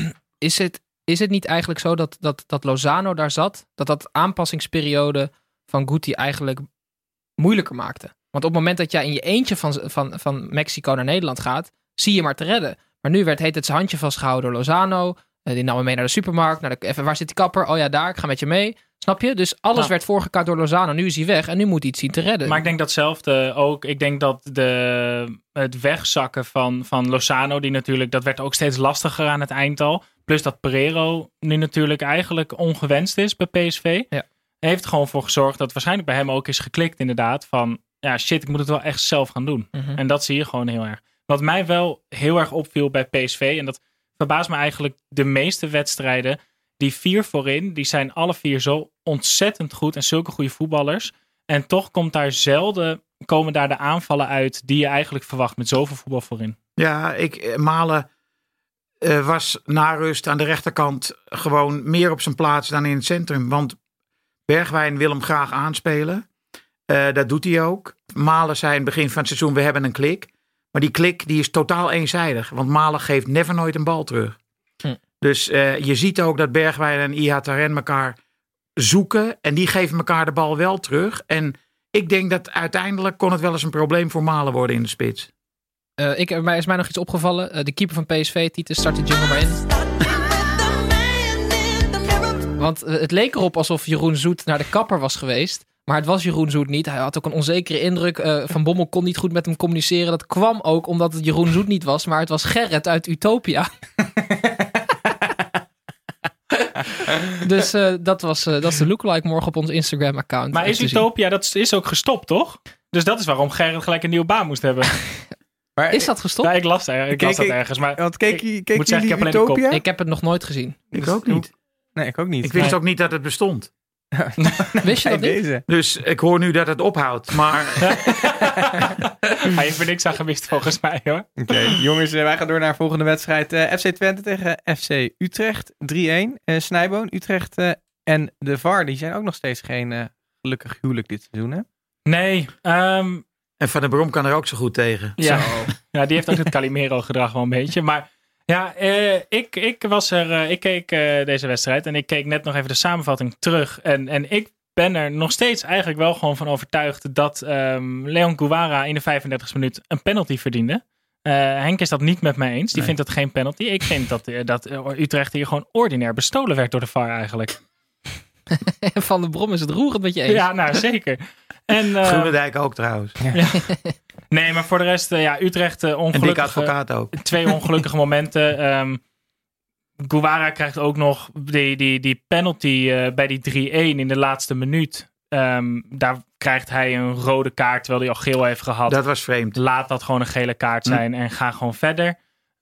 G: Is het niet eigenlijk zo dat Lozano daar zat, dat aanpassingsperiode van Guti eigenlijk moeilijker maakte? Want op het moment dat jij in je eentje van Mexico naar Nederland gaat, zie je maar te redden. Maar nu heet het zijn handje vastgehouden door Lozano. Die nam hem mee naar de supermarkt. Even, waar zit die kapper? Oh ja, daar. Ik ga met je mee. Snap je? Dus alles werd voorgekaart door Lozano. Nu is hij weg en nu moet hij iets zien te redden.
H: Maar ik denk datzelfde ook. Ik denk dat het wegzakken van Lozano, die natuurlijk, dat werd ook steeds lastiger aan het eind al. Plus dat Pereiro nu natuurlijk eigenlijk ongewenst is bij PSV. Ja. Heeft er gewoon voor gezorgd dat waarschijnlijk bij hem ook is geklikt inderdaad. Van ja shit, ik moet het wel echt zelf gaan doen. Mm-hmm. En dat zie je gewoon heel erg. Wat mij wel heel erg opviel bij PSV, en dat verbaast me eigenlijk, de meeste wedstrijden, die 4 voorin, die zijn alle 4 zo ontzettend goed en zulke goede voetballers. En toch komen daar de aanvallen uit die je eigenlijk verwacht met zoveel voetbal voorin. Ja,
J: Malen was na rust aan de rechterkant gewoon meer op zijn plaats dan in het centrum. Want Bergwijn wil hem graag aanspelen. Dat doet hij ook. Malen zei in het begin van het seizoen, we hebben een klik. Maar die klik die is totaal eenzijdig. Want Malen geeft never nooit een bal terug. Dus je ziet ook dat Bergwijn en Ihataren elkaar zoeken. En die geven elkaar de bal wel terug. En ik denk dat uiteindelijk kon het wel eens een probleem voor Malen worden in de spits.
G: Er is mij nog iets opgevallen. De keeper van PSV, Titus, start de jingle maar in. Want het leek erop alsof Jeroen Zoet naar de kapper was geweest. Maar het was Jeroen Zoet niet. Hij had ook een onzekere indruk. Van Bommel kon niet goed met hem communiceren. Dat kwam ook omdat het Jeroen Zoet niet was. Maar het was Gerrit uit Utopia. Dus dat is de lookalike morgen op ons Instagram-account.
H: Maar is Utopia, dat is ook gestopt, toch? Dus dat is waarom Gerrit gelijk een nieuwe baan moest hebben.
G: Maar is dat gestopt?
H: Ja, ik las dat ergens. Maar
B: want keek jullie Utopia?
G: Ik heb het nog nooit gezien.
J: Ik ook niet.
B: Nee, ik ook niet.
J: Ik wist ook niet dat het bestond.
G: Wist je dat niet?
J: Dus ik hoor nu dat het ophoudt. Maar
H: hij heeft er niks aan gemist volgens mij, hoor.
B: Oké, jongens, wij gaan door naar de volgende wedstrijd. FC Twente tegen FC Utrecht. 3-1. Snijboon, Utrecht en de VAR, die zijn ook nog steeds geen gelukkig huwelijk dit seizoen, hè?
H: Nee.
J: En Van der Brom kan er ook zo goed tegen.
H: Ja, ja, die heeft ook het Calimero-gedrag wel een beetje. Maar ja, ik keek deze wedstrijd en ik keek net nog even de samenvatting terug. En ik ben er nog steeds eigenlijk wel gewoon van overtuigd dat Leon Guevara in de 35e minuut een penalty verdiende. Henk is dat niet met mij eens. Die vindt dat geen penalty. Ik vind dat Utrecht hier gewoon ordinair bestolen werd door de VAR eigenlijk.
G: Van der Brom is het roerend met je eens.
H: Ja, nou zeker. En
J: Groenendijk ook trouwens.
H: Ja. Nee, maar voor de rest, Utrecht ongelukkig.
J: En Dick Advocaat ook.
H: 2 ongelukkige momenten. Guevara krijgt ook nog die penalty bij die 3-1 in de laatste minuut. Daar krijgt hij een rode kaart, terwijl hij al geel heeft gehad.
J: Dat was vreemd.
H: Laat dat gewoon een gele kaart zijn en ga gewoon verder.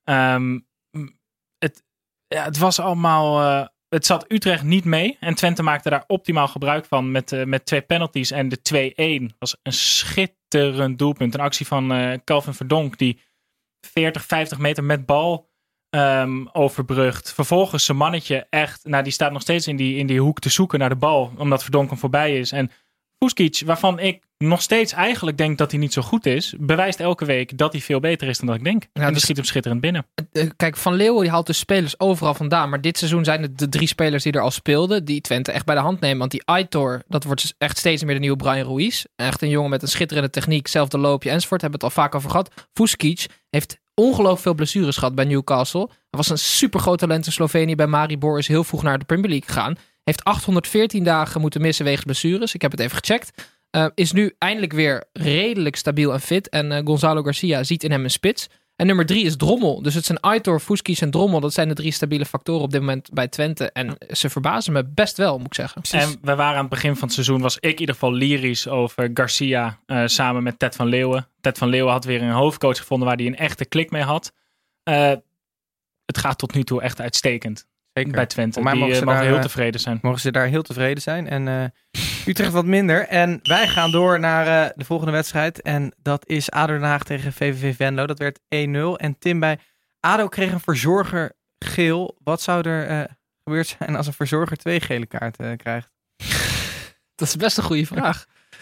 H: Het was allemaal... Het zat Utrecht niet mee. En Twente maakte daar optimaal gebruik van met 2 penalties. En de 2-1 was een schitterend doelpunt. Een actie van Calvin Verdonk die 40, 50 meter met bal overbrugt. Vervolgens zijn mannetje echt... Nou, die staat nog steeds in die hoek te zoeken naar de bal. Omdat Verdonk hem voorbij is. En Fuskic, waarvan ik nog steeds eigenlijk denk dat hij niet zo goed is, bewijst elke week dat hij veel beter is dan dat ik denk. Ja, en die schiet hem schitterend binnen.
G: Kijk, Van Leeuwen die haalt dus spelers overal vandaan. Maar dit seizoen zijn het de 3 spelers die er al speelden, die Twente echt bij de hand nemen. Want die Aitor, dat wordt dus echt steeds meer de nieuwe Brian Ruiz. Echt een jongen met een schitterende techniek, zelfde loopje enzovoort. Hebben we het al vaak over gehad. Fuskic heeft ongelooflijk veel blessures gehad bij Newcastle. Hij was een supergroot talent in Slovenië bij Maribor. Is heel vroeg naar de Premier League gegaan. Heeft 814 dagen moeten missen wegens blessures. Ik heb het even gecheckt. Is nu eindelijk weer redelijk stabiel en fit. En Gonzalo Garcia ziet in hem een spits. En nummer 3 is Drommel. Dus het zijn Aitor, Fuskies en Drommel. Dat zijn de 3 stabiele factoren op dit moment bij Twente. En ze verbazen me best wel, moet ik zeggen.
H: En we waren aan het begin van het seizoen, was ik in ieder geval lyrisch over Garcia samen met Ted van Leeuwen. Ted van Leeuwen had weer een hoofdcoach gevonden waar hij een echte klik mee had. Het gaat tot nu toe echt uitstekend. Zeker. Bij Twente. Die mogen heel tevreden zijn.
B: Mogen ze daar heel tevreden zijn. En Utrecht wat minder. En wij gaan door naar de volgende wedstrijd. En dat is ADO Den Haag tegen VVV Venlo. Dat werd 1-0. En Tim, bij ADO kreeg een verzorger geel. Wat zou er gebeurd zijn als een verzorger 2 gele kaarten krijgt?
G: Dat is best een goede vraag.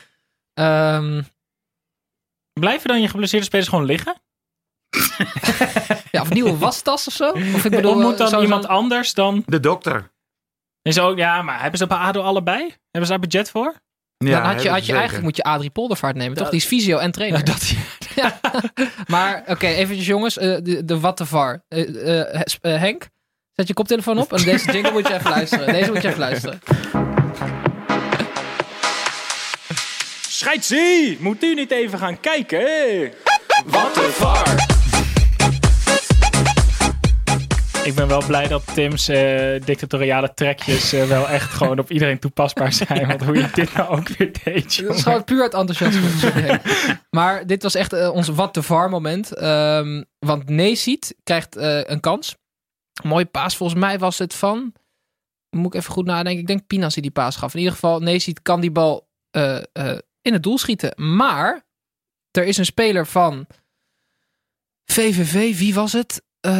H: Blijven dan je geblesseerde spelers gewoon liggen?
G: Ja, of nieuwe wastas of zo? Of
H: moet dan iemand anders dan...
J: De dokter.
H: Is ook, ja, maar hebben ze bij ADO allebei? Hebben ze daar budget voor?
G: Ja, dan had je eigenlijk moet je Adrie Poldervaart nemen, toch? Die is fysio en trainer. Ja. Maar oké, eventjes jongens. De wat de VAR. Henk, zet je koptelefoon op en deze jingle moet je even luisteren.
H: Scheidsie! Moet u niet even gaan kijken?
I: Wat de VAR!
H: Ik ben wel blij dat Tim's dictatoriale trekjes wel echt gewoon op iedereen toepasbaar zijn. Want hoe je dit nou ook weer deed.
G: Dat is gewoon puur het enthousiasme. Maar dit was echt ons wat de VAR moment. Want Neesiet krijgt een kans. Mooie paas. Volgens mij was het van... Moet ik even goed nadenken. Ik denk Pinas die paas gaf. In ieder geval, Neesiet kan die bal in het doel schieten. Maar er is een speler van VVV. Wie was het?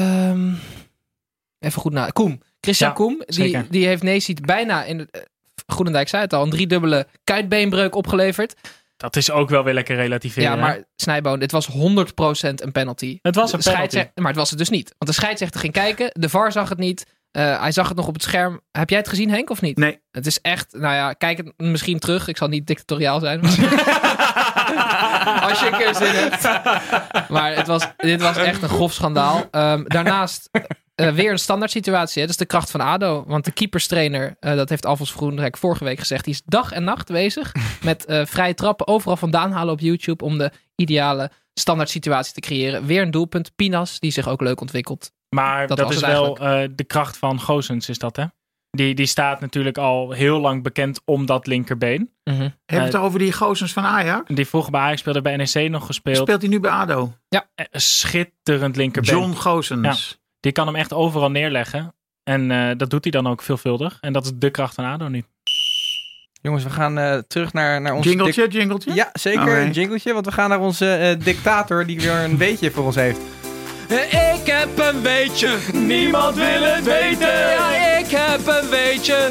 G: Even goed na. Koem. Christian Koem. Die heeft Neesiet bijna in Groenendijk zei het al. Een 3-dubbele kuitbeenbreuk opgeleverd.
H: Dat is ook wel weer lekker relativeren.
G: Ja, maar Snijboon, dit was 100% een penalty.
H: Het was een penalty.
G: Maar het was het dus niet. Want de scheidsrechter ging kijken. De VAR zag het niet. Hij zag het nog op het scherm. Heb jij het gezien, Henk, of niet?
J: Nee.
G: Het is echt, nou ja, kijk het misschien terug. Ik zal niet dictatoriaal zijn. Als je een keer zin hebt. Maar dit was echt een grof schandaal. Daarnaast weer een standaard situatie. Hè? Dat is de kracht van ADO. Want de keeperstrainer, dat heeft Alfons Groenendijk vorige week gezegd. Die is dag en nacht bezig met vrije trappen overal vandaan halen op YouTube. Om de ideale standaard situatie te creëren. Weer een doelpunt. Pinas, die zich ook leuk ontwikkelt.
H: Maar dat is wel de kracht van Goossens, is dat, hè? Die staat natuurlijk al heel lang bekend om dat linkerbeen.
J: Hebben we het over die Goossens van Ajax?
H: Die vroeger bij Ajax speelde, bij NEC nog gespeeld.
J: Speelt hij nu bij ADO?
H: Ja. Schitterend linkerbeen.
J: John Goossens.
H: Ja. Die kan hem echt overal neerleggen. En dat doet hij dan ook veelvuldig. En dat is de kracht van ADO nu.
B: Jongens, we gaan terug naar ons...
J: Jingletje?
B: Ja, zeker. Een jingletje. Want we gaan naar onze dictator die weer een beetje voor ons heeft.
I: Ik heb een weetje, niemand wil het weten. Ja, ik heb een weetje.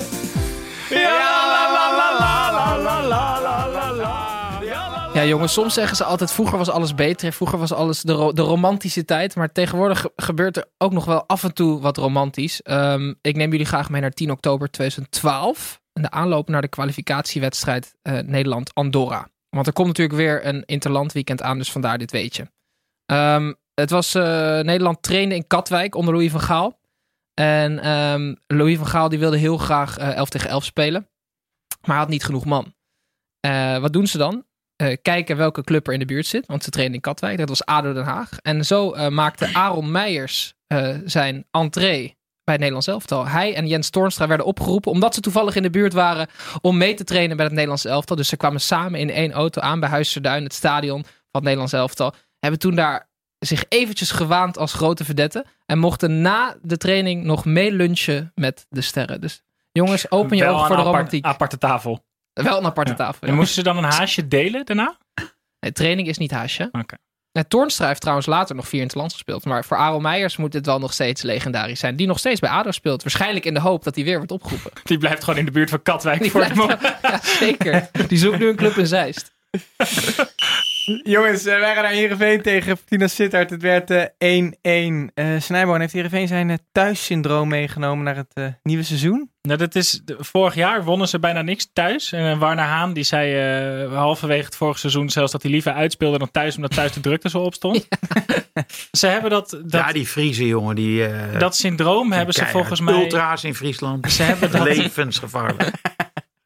G: Ja, jongens, soms zeggen ze altijd vroeger was alles beter. Vroeger was alles de romantische tijd. Maar tegenwoordig gebeurt er ook nog wel af en toe wat romantisch. Ik neem jullie graag mee naar 10 oktober 2012. En de aanloop naar de kwalificatiewedstrijd Nederland-Andorra. Want er komt natuurlijk weer een interlandweekend aan. Dus vandaar dit weetje. Het was Nederland trainde in Katwijk onder Louis van Gaal. En Louis van Gaal die wilde heel graag 11 tegen 11 spelen. Maar hij had niet genoeg man. Wat doen ze dan? Kijken welke club er in de buurt zit. Want ze trainen in Katwijk. Dat was ADO Den Haag. En zo maakte Aaron Meijers zijn entree bij het Nederlands elftal. Hij en Jens Toornstra werden opgeroepen. Omdat ze toevallig in de buurt waren om mee te trainen bij het Nederlands elftal. Dus ze kwamen samen in 1 auto aan bij Huisterduin. Het stadion van het Nederlands elftal. Hebben toen daar zich eventjes gewaand als grote vedette. En mochten na de training nog meelunchen met de sterren. Dus jongens, open je ogen voor de romantiek.
H: Aparte tafel.
G: Wel een aparte tafel. Ja.
H: En moesten ze dan een haasje delen daarna?
G: Nee, training is niet haasje.
H: Okay.
G: Toornstra heeft trouwens later nog 4 in het land gespeeld. Maar voor Aaron Meijers moet dit wel nog steeds legendarisch zijn. Die nog steeds bij ADO speelt. Waarschijnlijk in de hoop dat hij weer wordt opgeroepen.
H: Die blijft gewoon in de buurt van Katwijk.
G: Ja, zeker. Die zoekt nu een club in Zeist.
B: Jongens, wij gaan naar Heerenveen tegen Fortuna Sittard. Het werd 1-1. Snijboon, heeft Heerenveen zijn thuissyndroom meegenomen naar het nieuwe seizoen?
H: Nou, dat is, vorig jaar wonnen ze bijna niks thuis. En Warner Haan die zei halverwege het vorige seizoen zelfs dat hij liever uitspeelde dan thuis, omdat thuis de drukte zo opstond. Ja. Ze hebben dat
J: ja, die Friese jongen.
H: Dat syndroom hebben ze volgens mij...
J: Ultra's in Friesland.
H: Ze hebben dat...
J: Levensgevaarlijk.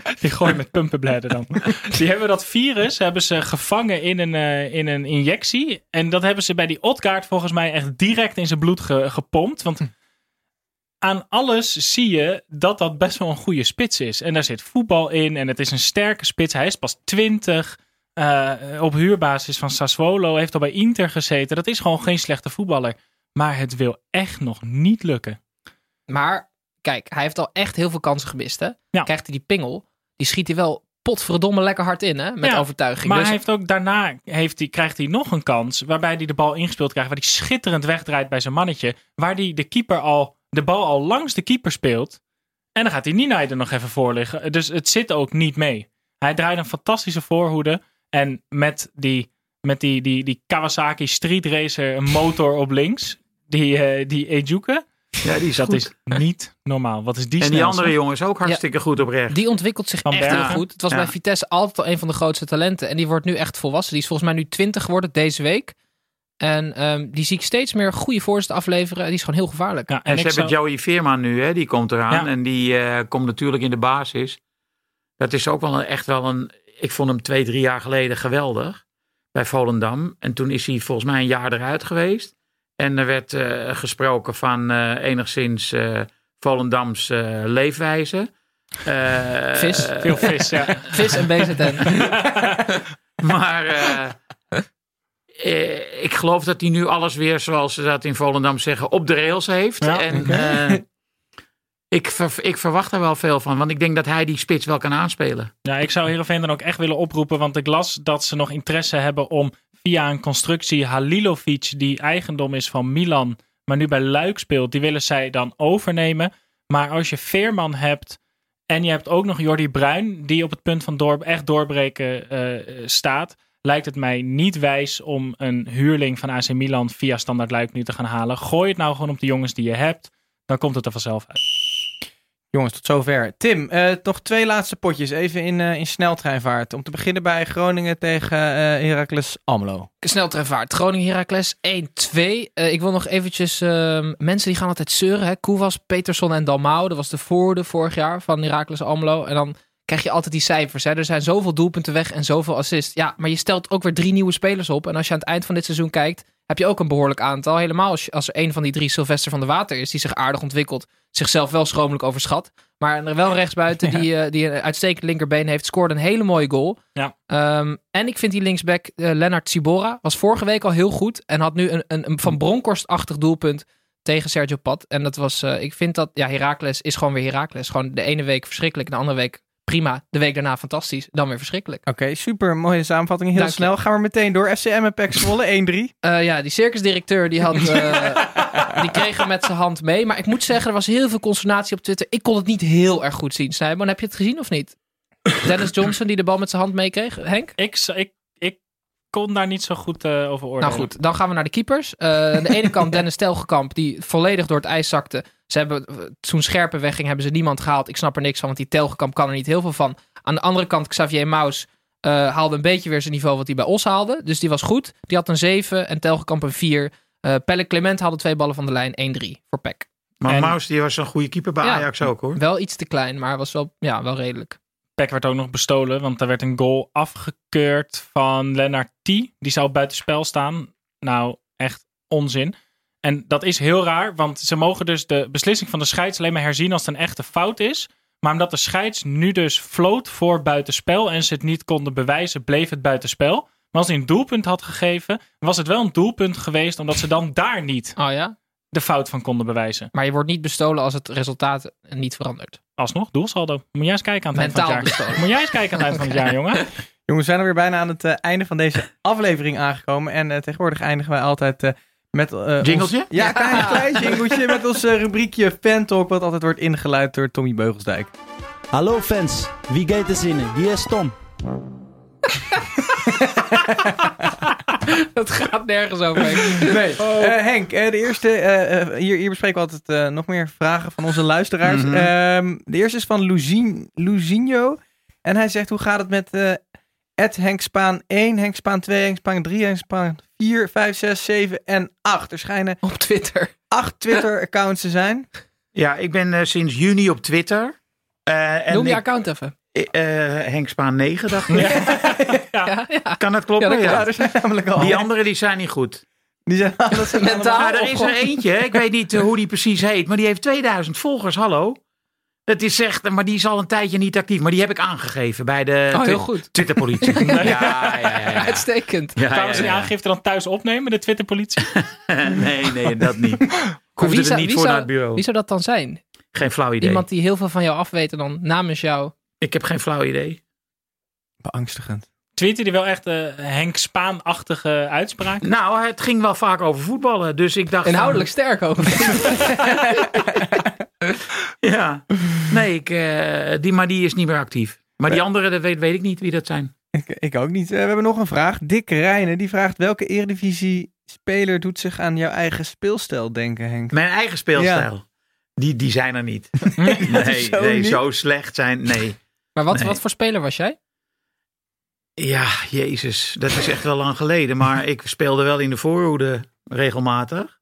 H: Die gooien met pumpenbladder dan. Die hebben dat virus gevangen in een injectie. En dat hebben ze bij die Odgaard volgens mij echt direct in zijn bloed gepompt. Want aan alles zie je dat best wel een goede spits is. En daar zit voetbal in en het is een sterke spits. Hij is pas 20, op huurbasis van Sassuolo, heeft al bij Inter gezeten. Dat is gewoon geen slechte voetballer. Maar het wil echt nog niet lukken.
G: Maar kijk, hij heeft al echt heel veel kansen gemist. Hè?
H: Ja.
G: Krijgt hij die pingel, die schiet hij wel potverdomme lekker hard in, hè? Met overtuiging.
H: Maar
G: dus
H: hij heeft ook daarna krijgt hij nog een kans waarbij hij de bal ingespeeld krijgt, waar hij schitterend wegdraait bij zijn mannetje, waar hij de bal al langs de keeper speelt. En dan gaat hij Nina er nog even voor liggen. Dus het zit ook niet mee. Hij draait een fantastische voorhoede. En met die Kawasaki Street Racer motor op links, die Ejuke.
J: Ja, die is
H: dat
J: goed.
H: Is niet normaal. Wat is die
J: En
H: snel?
J: die andere jongen is ook hartstikke goed op rechts.
G: Die ontwikkelt zich echt heel goed. Het was bij Vitesse altijd al een van de grootste talenten. En die wordt nu echt volwassen. Die is volgens mij nu 20 geworden deze week. En die zie ik steeds meer goede voorzet afleveren. Die is gewoon heel gevaarlijk.
J: Ja, en ze hebben Joey Veerman nu, hè, die komt eraan. Ja. En die komt natuurlijk in de basis. Dat is ook wel echt wel een... Ik vond hem 2-3 jaar geleden geweldig. Bij Volendam. En toen is hij volgens mij een jaar eruit geweest. En er werd gesproken van enigszins Volendams leefwijze.
G: Vis.
H: Veel vis, ja.
G: Vis en BZN.
J: Maar ik geloof dat hij nu alles weer, zoals ze dat in Volendam zeggen, op de rails heeft. Ja, en ik verwacht daar wel veel van. Want ik denk dat hij die spits wel kan aanspelen.
H: Ja, ik zou Heerenveen dan ook echt willen oproepen. Want ik las dat ze nog interesse hebben om via een constructie Halilovic, die eigendom is van Milan, maar nu bij Luik speelt, die willen zij dan overnemen. Maar als je Veerman hebt en je hebt ook nog Jordi Bruin, die op het punt van echt doorbreken staat, lijkt het mij niet wijs om een huurling van AC Milan via Standaard Luik nu te gaan halen. Gooi het nou gewoon op de jongens die je hebt. Dan komt het er vanzelf uit.
B: Jongens, tot zover. Tim, nog 2 laatste potjes. Even in sneltreinvaart. Om te beginnen bij Groningen tegen Heracles Almelo.
G: Sneltreinvaart. Groningen-Heracles 1-2. Ik wil nog eventjes... mensen die gaan altijd zeuren. Hè? Koewas, Peterson en Dalmau. Dat was de voorhoede vorig jaar van Heracles Almelo. En dan krijg je altijd die cijfers. Hè? Er zijn zoveel doelpunten weg en zoveel assists. Ja, maar je stelt ook weer 3 nieuwe spelers op. En als je aan het eind van dit seizoen kijkt, heb je ook een behoorlijk aantal. Helemaal als er een van die 3 Sylvester van der Water is, die zich aardig ontwikkelt, zichzelf wel schromelijk overschat. Maar er wel rechtsbuiten die een uitstekend linkerbeen heeft, scoorde een hele mooie goal. Ja. En ik vind die linksback Lennart Sibora was vorige week al heel goed. En had nu een Van Bronckhorst-achtig doelpunt tegen Sergio Pat. En dat was, ik vind dat, Heracles is gewoon weer Heracles. Gewoon de ene week verschrikkelijk, de andere week prima. De week daarna fantastisch, dan weer verschrikkelijk.
B: Oké, super. Mooie samenvatting. Heel snel. Gaan we meteen door. FCM en PEC Zwolle 1-3.
G: Die circusdirecteur die kreeg hem met zijn hand mee. Maar ik moet zeggen, er was heel veel consternatie op Twitter. Ik kon het niet heel erg goed zien. Snijboom, heb je het gezien of niet? Dennis Johnson die de bal met zijn hand meekreeg. Henk?
H: Ik kon daar niet zo goed over oordelen.
G: Nou goed, dan gaan we naar de keepers. Aan de ene kant Dennis Telgekamp, die volledig door het ijs zakte. Ze hebben, toen Scherpen wegging, hebben ze niemand gehaald. Ik snap er niks van, want die Telgekamp kan er niet heel veel van. Aan de andere kant, Xavier Maus haalde een beetje weer zijn niveau wat hij bij Os haalde. Dus die was goed. Die had een 7 en Telgekamp een 4. Pelle Clement haalde 2 ballen van de lijn, 1-3 voor PEC.
J: Maar Maus, die was een goede keeper bij Ajax ook, hoor.
G: Wel iets te klein, maar was wel redelijk.
H: PEC werd ook nog bestolen, want er werd een goal afgekeurd van Lennart T. Die zou buitenspel staan. Nou, echt onzin. En dat is heel raar, want ze mogen dus de beslissing van de scheids alleen maar herzien als het een echte fout is. Maar omdat de scheids nu dus floot voor buitenspel en ze het niet konden bewijzen, bleef het buitenspel. Maar als hij een doelpunt had gegeven, was het wel een doelpunt geweest, omdat ze dan daar niet de fout van konden bewijzen.
G: Maar je wordt niet bestolen als het resultaat niet verandert.
H: Alsnog, doelsaldo. Moet jij eens kijken aan het eind van het jaar. Moet jij eens kijken aan het eind van het jaar, jongen.
B: Jongens, we zijn er weer bijna aan het einde van deze aflevering aangekomen. En tegenwoordig eindigen wij altijd met...
J: jingletje?
B: Klein jingletje met ons rubriekje Fan Talk, wat altijd wordt ingeluid door Tommy Beugelsdijk.
C: Hallo fans, wie gaat er zinnen? Hier is Tom.
G: Dat gaat nergens over.
B: Nee. Henk, de eerste... hier bespreken we altijd nog meer vragen van onze luisteraars. Mm-hmm. De eerste is van Luzinho. En hij zegt, hoe gaat het met Henk Spaan 1, Henk Spaan 2, Henk Spaan 3, Henk Spaan 4, 5, 6, 7 en 8. Er schijnen
G: op Twitter
B: 8 Twitter-accounts te zijn.
J: Ja, ik ben sinds juni op Twitter.
G: Noem je account even.
J: Henk Spaan 9, dacht ik.
G: Ja.
J: Kan dat kloppen?
B: Ja, er zijn namelijk al.
J: Die anderen die zijn niet goed.
B: Die zijn
G: mentaal.
J: Maar er is er eentje, ik weet niet hoe die precies heet, maar die heeft 2000 volgers, hallo. Dat is echt, maar die is al een tijdje niet actief. Maar die heb ik aangegeven bij de
G: heel goed.
J: Twitterpolitie. Ja.
G: Uitstekend.
H: Kwamen ze die aangifte dan thuis opnemen, de Twitterpolitie?
J: Nee, dat niet. Ik hoefde er niet voor naar het bureau.
G: Wie zou dat dan zijn?
J: Geen flauw idee.
G: Iemand die heel veel van jou afweet en dan namens jou...
J: Ik heb geen flauw idee.
B: Beangstigend.
H: Tweette die wel echt Henk Spaan-achtige uitspraak?
J: Nou, het ging wel vaak over voetballen. Dus ik dacht...
G: Inhoudelijk sterk ook.
J: Ja. Nee, maar die is niet meer actief. Maar die andere, dat weet ik niet wie dat zijn.
B: Ik ook niet. We hebben nog een vraag. Dick Rijnen, die vraagt... Welke Eredivisie-speler doet zich aan jouw eigen speelstijl denken, Henk?
J: Mijn eigen speelstijl? Ja. Die zijn er niet. Nee, zo slecht zijn... Nee.
G: Maar wat voor speler was jij?
J: Ja, jezus. Dat is echt wel lang geleden. Maar ik speelde wel in de voorhoede regelmatig.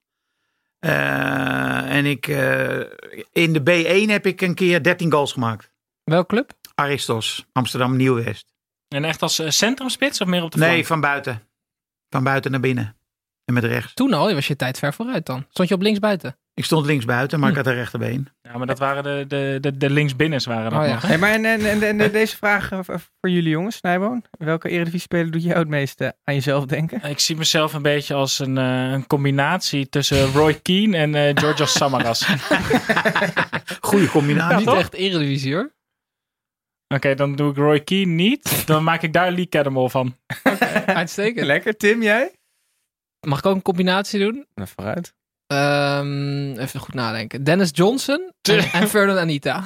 J: En in de B1 heb ik een keer 13 goals gemaakt.
G: Welke club?
J: Aristos, Amsterdam Nieuw-West.
H: En echt als centrumspits of meer op de flank?
J: Nee, van buiten. Van buiten naar binnen. En met rechts.
G: Toen al, was je tijd ver vooruit dan. Stond je op linksbuiten?
J: Ik stond linksbuiten, maar ik had een rechterbeen.
H: Ja, maar dat waren de linksbinnens waren dat nog.
B: Hey, maar en deze vraag voor jullie jongens, Snijboon. Welke Eredivisie-speler doet jou het meeste aan jezelf denken?
H: Ik zie mezelf een beetje als een combinatie tussen Roy Keane en Georgios Samaras.
J: Goeie combinatie.
G: Niet echt Eredivisie hoor.
H: Oké, dan doe ik Roy Keane niet. Dan maak ik daar Lee Cadmore van.
G: Uitstekend.
B: Lekker. Tim, jij?
G: Mag ik ook een combinatie doen?
B: Nou, vooruit.
G: Even goed nadenken. Dennis Johnson en Ferdinand Anita.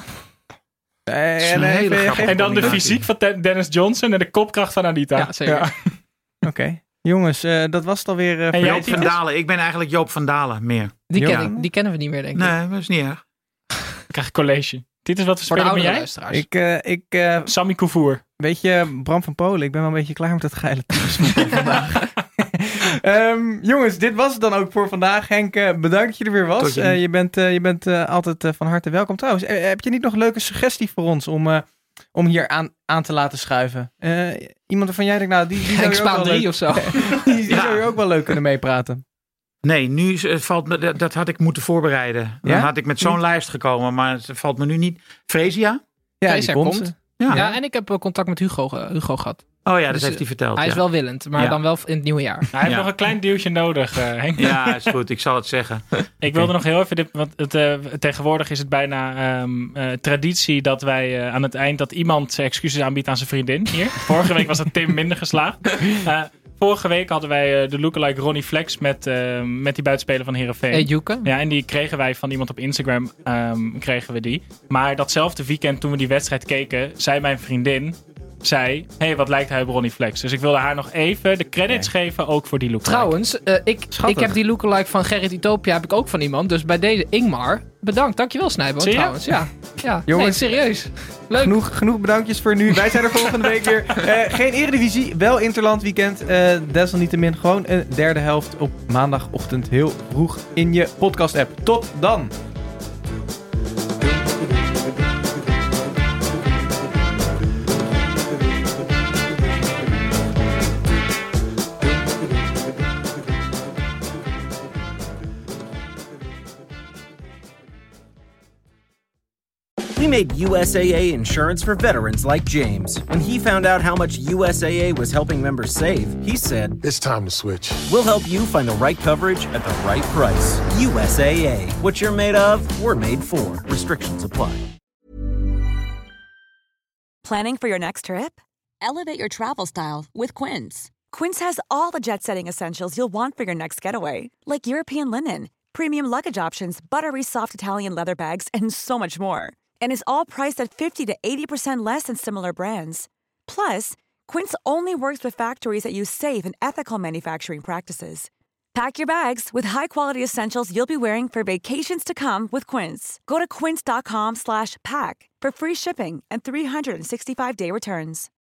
H: En dan de fysiek van Dennis Johnson en de kopkracht van Anita.
G: Ja, zeker. Ja.
B: Oké. Jongens, dat was het alweer.
J: Joop van Dalen. Ik ben eigenlijk Joop van Dalen meer.
G: Die kennen we niet meer, denk ik.
J: Nee, dat is niet erg.
H: Ik krijg college. Dit is wat voor speler ben jij? Sammy Koufour.
B: Weet je, Bram van Polen. Ik ben wel een beetje klaar met dat geile teamsvoetbal vandaag. Jongens, dit was het dan ook voor vandaag. Henk, bedankt dat je er weer was. Je bent altijd van harte welkom. Trouwens, heb je niet nog een leuke suggestie voor ons om hier aan te laten schuiven? Iemand waarvan jij denkt, nou, die zou je ook wel
G: 3 of zo.
B: die zou je ook wel leuk kunnen meepraten.
J: Nee, nu valt me... Dat had ik moeten voorbereiden. Dan had ik met zo'n lijst gekomen, maar het valt me nu niet. Fresia?
B: Ja, die komt.
G: Ja, en ik heb contact met Hugo gehad.
J: Oh ja, dat heeft hij verteld.
G: Hij is wel willend, maar dan wel in het nieuwe jaar.
H: Hij heeft nog een klein duwtje nodig, Henk.
J: Ja, is goed. Ik zal het zeggen.
H: Ik wilde nog heel even... Want tegenwoordig is het bijna traditie dat wij aan het eind... dat iemand zijn excuses aanbiedt aan zijn vriendin hier. Vorige week was dat Tim minder geslaagd. Vorige week hadden wij de lookalike Ronnie Flex met die buitenspeler van Heerenveen.
G: Ejuke.
H: Ja, en die kregen wij van iemand op Instagram. Kregen we die. Maar datzelfde weekend toen we die wedstrijd keken, zei mijn vriendin... hey, wat lijkt hij op Ronnie Flex? Dus ik wilde haar nog even de credits geven, ook voor die lookalike.
G: Trouwens, ik heb die lookalike van Gerrit Utopia heb ik ook van iemand. Dus bij deze Ingmar, bedankt. Dankjewel, Snijboon, trouwens. Ja. Jongens, nee, serieus. Leuk.
B: Genoeg bedankjes voor nu. Wij zijn er volgende week weer. Geen Eredivisie, wel Interland weekend. Desalniettemin gewoon een derde helft op maandagochtend heel vroeg in je podcast-app. Tot dan!
K: We made USAA insurance for veterans like James. When he found out how much USAA was helping members save, he said,
L: "It's time to switch.
K: We'll help you find the right coverage at the right price. USAA. What you're made of, we're made for. Restrictions apply."
M: Planning for your next trip? Elevate your travel style with Quince. Quince has all the jet-setting essentials you'll want for your next getaway, like European linen, premium luggage options, buttery soft Italian leather bags, and so much more. And is all priced at 50 to 80% less than similar brands. Plus, Quince only works with factories that use safe and ethical manufacturing practices. Pack your bags with high-quality essentials you'll be wearing for vacations to come with Quince. Go to quince.com/pack for free shipping and 365-day returns.